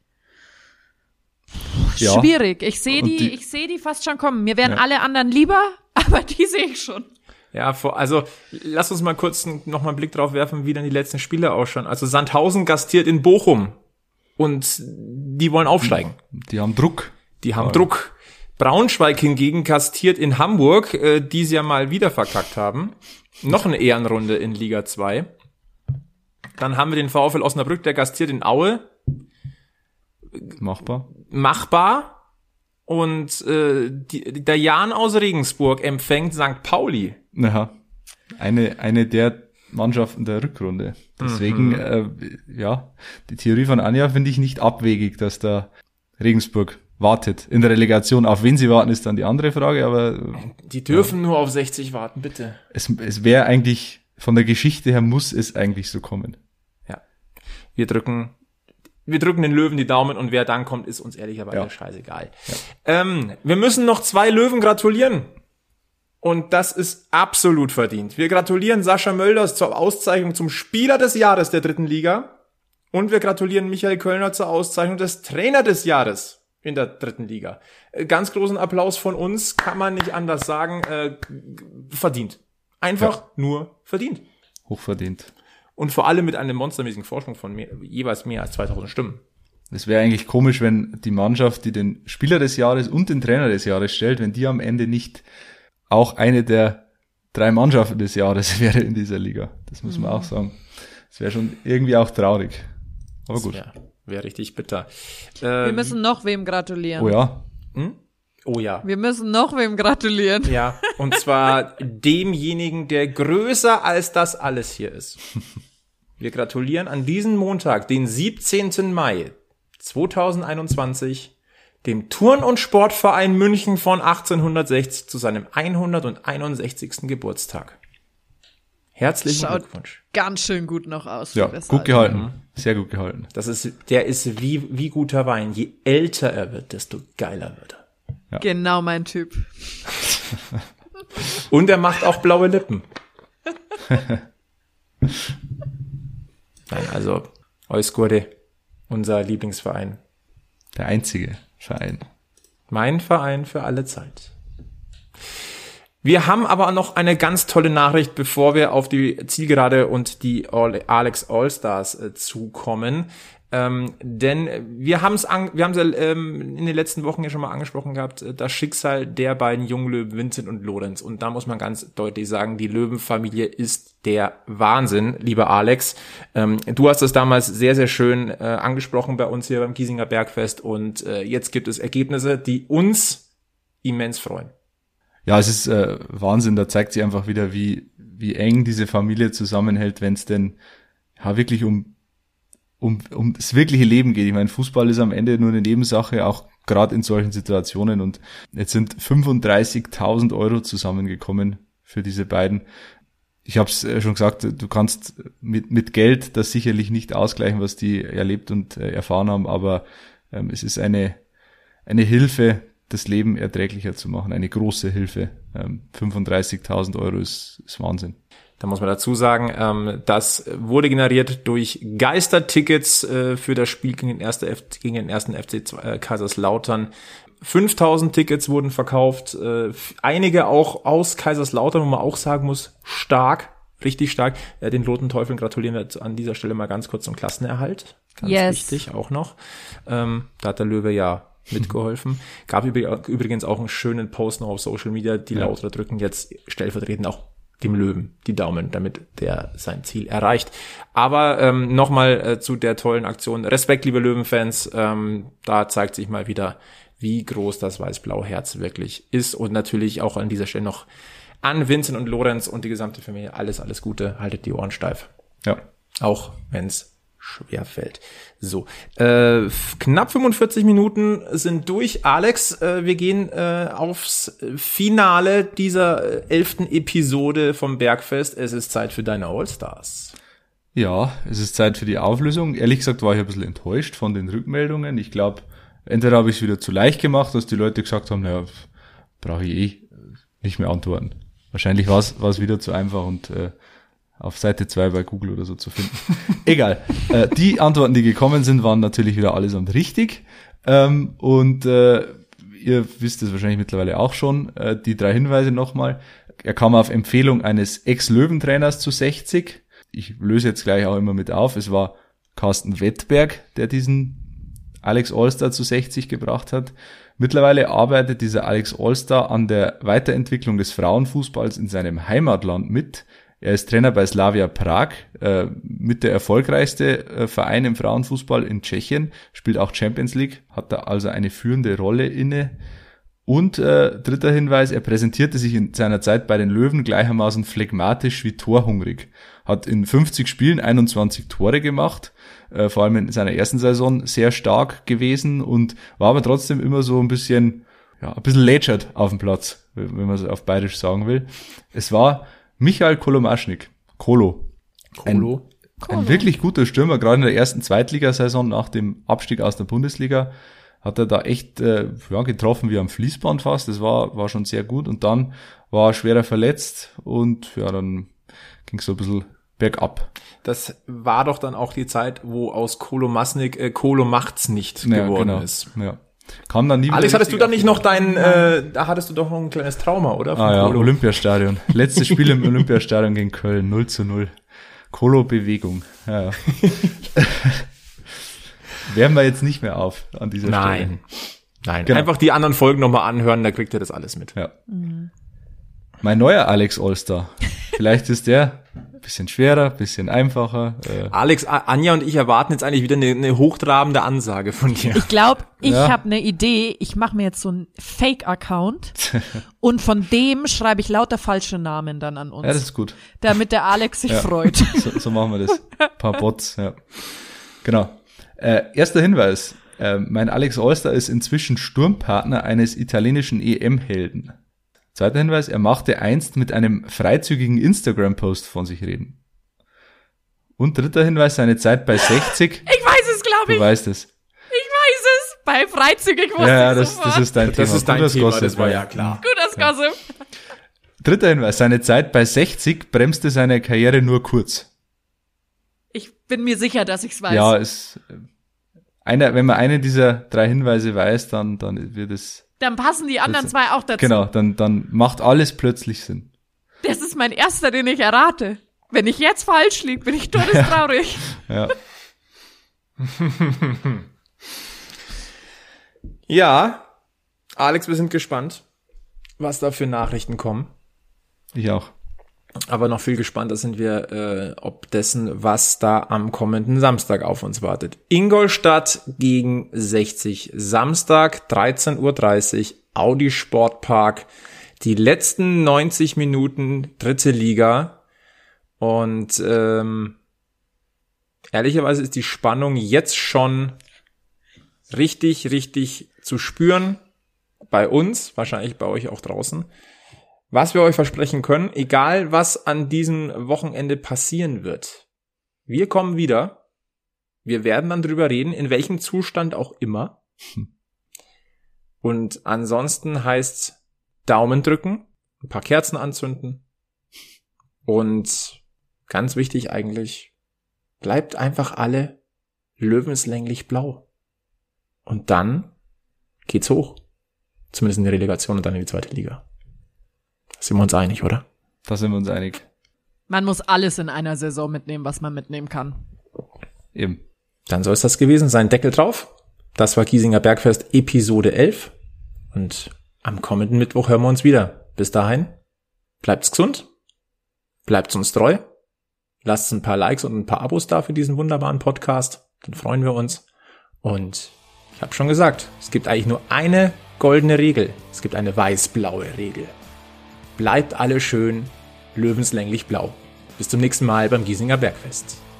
ja. schwierig. Ich sehe die, die, ich sehe die fast schon kommen. Mir wären ja. alle anderen lieber, aber die sehe ich schon. Ja, vor, also lass uns mal kurz noch mal einen Blick drauf werfen, wie dann die letzten Spiele ausschauen. Also Sandhausen gastiert in Bochum und die wollen aufsteigen. Die haben Druck. Die haben ja. Druck. Braunschweig hingegen gastiert in Hamburg, äh, die sie ja mal wieder verkackt haben. Noch eine Ehrenrunde in Liga zwei. Dann haben wir den VfL Osnabrück, der gastiert in Aue. Machbar. Machbar. Und äh, die, der Jan aus Regensburg empfängt Sankt Pauli. Aha. Eine, eine der Mannschaften der Rückrunde. Deswegen, mhm. äh, ja, die Theorie von Anja finde ich nicht abwegig, dass da Regensburg wartet. In der Relegation, auf wen sie warten, ist dann die andere Frage, aber... Die dürfen ja. nur auf sechzig warten, bitte. Es, es wäre eigentlich, von der Geschichte her muss es eigentlich so kommen. Ja. Wir drücken... Wir drücken den Löwen die Daumen und wer dann kommt, ist uns ehrlicherweise ja. scheißegal. Ja. Ähm, wir müssen noch zwei Löwen gratulieren. Und das ist absolut verdient. Wir gratulieren Sascha Mölders zur Auszeichnung zum Spieler des Jahres der dritten Liga. Und wir gratulieren Michael Kölner zur Auszeichnung des Trainer des Jahres in der dritten Liga. Ganz großen Applaus von uns, kann man nicht anders sagen. Äh, verdient. Einfach ja. nur verdient. Hochverdient. Und vor allem mit einem monstermäßigen Vorsprung von mehr, jeweils mehr als zweitausend Stimmen. Es wäre eigentlich komisch, wenn die Mannschaft, die den Spieler des Jahres und den Trainer des Jahres stellt, wenn die am Ende nicht auch eine der drei Mannschaften des Jahres wäre in dieser Liga. Das muss man mhm. auch sagen. Das wäre schon irgendwie auch traurig. Aber das gut. Wäre wär richtig bitter. Ähm, Wir müssen noch wem gratulieren. Oh ja. Hm? Oh ja. Wir müssen noch wem gratulieren. Ja, und zwar demjenigen, der größer als das alles hier ist. Wir gratulieren an diesem Montag, den siebzehnten Mai zweitausendeinundzwanzig, dem Turn- und Sportverein München von achtzehnhundertsechzig zu seinem hunderteinundsechzigsten Geburtstag. Herzlichen Schaut Glückwunsch. Ganz schön gut noch aus. Ja, gut gehalten. Mhm. Sehr gut gehalten. Das ist, der ist wie, wie guter Wein. Je älter er wird, desto geiler wird er. Ja. Genau mein Typ. Und er macht auch blaue Lippen. Nein, also Eusgurde, unser Lieblingsverein. Der einzige Verein. Mein Verein für alle Zeit. Wir haben aber noch eine ganz tolle Nachricht, bevor wir auf die Zielgerade und die Alex Allstars äh, zukommen. Ähm, denn wir haben es an, wir haben es ähm, in den letzten Wochen ja schon mal angesprochen gehabt, das Schicksal der beiden Junglöwen Vincent und Lorenz. Und da muss man ganz deutlich sagen, die Löwenfamilie ist der Wahnsinn, lieber Alex. Ähm, du hast das damals sehr, sehr schön äh, angesprochen bei uns hier beim Giesinger Bergfest und äh, jetzt gibt es Ergebnisse, die uns immens freuen. Ja, es ist äh, Wahnsinn, da zeigt sich einfach wieder, wie wie eng diese Familie zusammenhält, wenn es denn ja wirklich um um um das wirkliche Leben geht. Ich meine, Fußball ist am Ende nur eine Nebensache, auch gerade in solchen Situationen. Und jetzt sind fünfunddreißigtausend Euro zusammengekommen für diese beiden. Ich habe es schon gesagt, du kannst mit mit Geld das sicherlich nicht ausgleichen, was die erlebt und äh, erfahren haben, aber ähm, es ist eine eine Hilfe, das Leben erträglicher zu machen. Eine große Hilfe. Ähm, fünfunddreißigtausend Euro ist, ist Wahnsinn. Da muss man dazu sagen, ähm, das wurde generiert durch Geistertickets äh, für das Spiel gegen den, erste F- gegen den ersten F C äh, Kaiserslautern. fünftausend Tickets wurden verkauft, äh, einige auch aus Kaiserslautern, wo man auch sagen muss, stark, richtig stark. Äh, den Roten Teufeln gratulieren wir an dieser Stelle mal ganz kurz zum Klassenerhalt. Ganz yes. wichtig auch noch. Ähm, da hat der Löwe ja mitgeholfen. Gab übrigens auch einen schönen Post noch auf Social Media. Die ja. Lauterer drücken jetzt stellvertretend auch dem Löwen die Daumen, damit der sein Ziel erreicht. Aber ähm, nochmal äh, zu der tollen Aktion. Respekt, liebe Löwenfans. Ähm, da zeigt sich mal wieder, wie groß das weiß-blaue Herz wirklich ist. Und natürlich auch an dieser Stelle noch an Vincent und Lorenz und die gesamte Familie. Alles, alles Gute. Haltet die Ohren steif. Ja. Auch wenn's schwer fällt. So, äh, knapp fünfundvierzig Minuten sind durch. Alex, äh, wir gehen äh, aufs Finale dieser elften Episode vom Bergfest. Es ist Zeit für deine Allstars. Ja, es ist Zeit für die Auflösung. Ehrlich gesagt war ich ein bisschen enttäuscht von den Rückmeldungen. Ich glaube, entweder habe ich es wieder zu leicht gemacht, dass die Leute gesagt haben, naja, brauche ich eh nicht mehr antworten. Wahrscheinlich war es wieder zu einfach und äh, auf Seite zwei bei Google oder so zu finden. Egal. Äh, die Antworten, die gekommen sind, waren natürlich wieder allesamt richtig. Ähm, und äh, ihr wisst es wahrscheinlich mittlerweile auch schon. Äh, die drei Hinweise nochmal. Er kam auf Empfehlung eines Ex-Löwentrainers zu sechzig. Ich löse jetzt gleich auch immer mit auf. Es war Carsten Wettberg, der diesen Alex Allstar zu sechzig gebracht hat. Mittlerweile arbeitet dieser Alex Allstar an der Weiterentwicklung des Frauenfußballs in seinem Heimatland mit. Er ist Trainer bei Slavia Prag, äh, mit der erfolgreichste äh, Verein im Frauenfußball in Tschechien, spielt auch Champions League, hat da also eine führende Rolle inne. Und äh, dritter Hinweis, er präsentierte sich in seiner Zeit bei den Löwen gleichermaßen phlegmatisch wie torhungrig. Hat in fünfzig Spielen einundzwanzig Tore gemacht, äh, vor allem in seiner ersten Saison sehr stark gewesen und war aber trotzdem immer so ein bisschen, ja, ein bisschen lätschert auf dem Platz, wenn man es auf Bayerisch sagen will. Es war Michael Kolomaschnik, Kolo. Kolo. Ein, ein wirklich guter Stürmer, gerade in der ersten Zweitligasaison nach dem Abstieg aus der Bundesliga hat er da echt äh, ja, getroffen wie am Fließband fast. Das war war schon sehr gut und dann war er schwerer verletzt und ja, dann ging es so ein bisschen bergab. Das war doch dann auch die Zeit, wo aus Kolomasnik äh, Kolo macht's nicht ja, geworden genau. ist. Ja. Kam dann nie Alex, hattest du da nicht noch dein, äh, da hattest du doch noch ein kleines Trauma, oder? Von ah ja, Kolo. Olympiastadion. Letztes Spiel im Olympiastadion gegen Köln, null zu null. Kolo-Bewegung. Ja, ja. Wärmen wir jetzt nicht mehr auf an dieser Nein. Stelle. Nein, nein. Genau. Einfach die anderen Folgen nochmal anhören, da kriegt ihr das alles mit. Ja. Mhm. Mein neuer Alex Allstar. Vielleicht ist der ein bisschen schwerer, ein bisschen einfacher. Äh. Alex, Anja und ich erwarten jetzt eigentlich wieder eine, eine hochtrabende Ansage von dir. Ich glaube, ich Ja. habe eine Idee. Ich mache mir jetzt so einen Fake-Account und von dem schreibe ich lauter falsche Namen dann an uns, Ja, das ist gut. damit der Alex sich Ja. freut. So, so machen wir das. Ein paar Bots, ja. Genau. Äh, erster Hinweis. Äh, mein Alex Allstar ist inzwischen Sturmpartner eines italienischen E M-Helden. Zweiter Hinweis, er machte einst mit einem freizügigen Instagram-Post von sich reden. Und dritter Hinweis, seine Zeit bei sechzig. Ich weiß es, glaube Du ich. weißt es. Ich weiß es. Bei freizügig wusste Ja, ich das, sofort. das ist dein Das Thema. ist dein Gut, Thema, Gossip, das war ja klar. Gut, das Gossip. Dritter Hinweis, seine Zeit bei sechzig bremste seine Karriere nur kurz. Ich bin mir sicher, dass ich es weiß. Ja, ist einer, wenn man einen dieser drei Hinweise weiß, dann, dann wird es, Dann passen die anderen Das- zwei auch dazu. genau, dann, dann macht alles plötzlich Sinn. Das ist mein erster, den ich errate. Wenn ich jetzt falsch liege, bin ich todestraurig. Ja. Ja, Alex, wir sind gespannt, was da für Nachrichten kommen. Ich auch. Aber noch viel gespannter sind wir, äh, ob dessen, was da am kommenden Samstag auf uns wartet. Ingolstadt gegen sechzig. Samstag, dreizehn Uhr dreißig, Audi Sportpark. Die letzten neunzig Minuten, dritte Liga. Und ähm, ehrlicherweise ist die Spannung jetzt schon richtig, richtig zu spüren. Bei uns, wahrscheinlich bei euch auch draußen. Was wir euch versprechen können, egal was an diesem Wochenende passieren wird. Wir kommen wieder. Wir werden dann drüber reden, in welchem Zustand auch immer. Und ansonsten heißt's Daumen drücken, ein paar Kerzen anzünden, Und ganz wichtig eigentlich, bleibt einfach alle löwenslänglich blau. Und dann geht's hoch. Zumindest in die Relegation und dann in die zweite Liga. Da sind wir uns einig, oder? Da sind wir uns einig. Man muss alles in einer Saison mitnehmen, was man mitnehmen kann. Eben. Dann soll es das gewesen sein. Deckel drauf. Das war Giesinger Bergfest Episode elf. Und am kommenden Mittwoch hören wir uns wieder. Bis dahin, bleibt's gesund, bleibt's uns treu, lasst ein paar Likes und ein paar Abos da für diesen wunderbaren Podcast. Dann freuen wir uns. Und ich habe schon gesagt, es gibt eigentlich nur eine goldene Regel. Es gibt eine weiß-blaue Regel. Bleibt alle schön löwenslänglich blau. Bis zum nächsten Mal beim Giesinger Bergfest.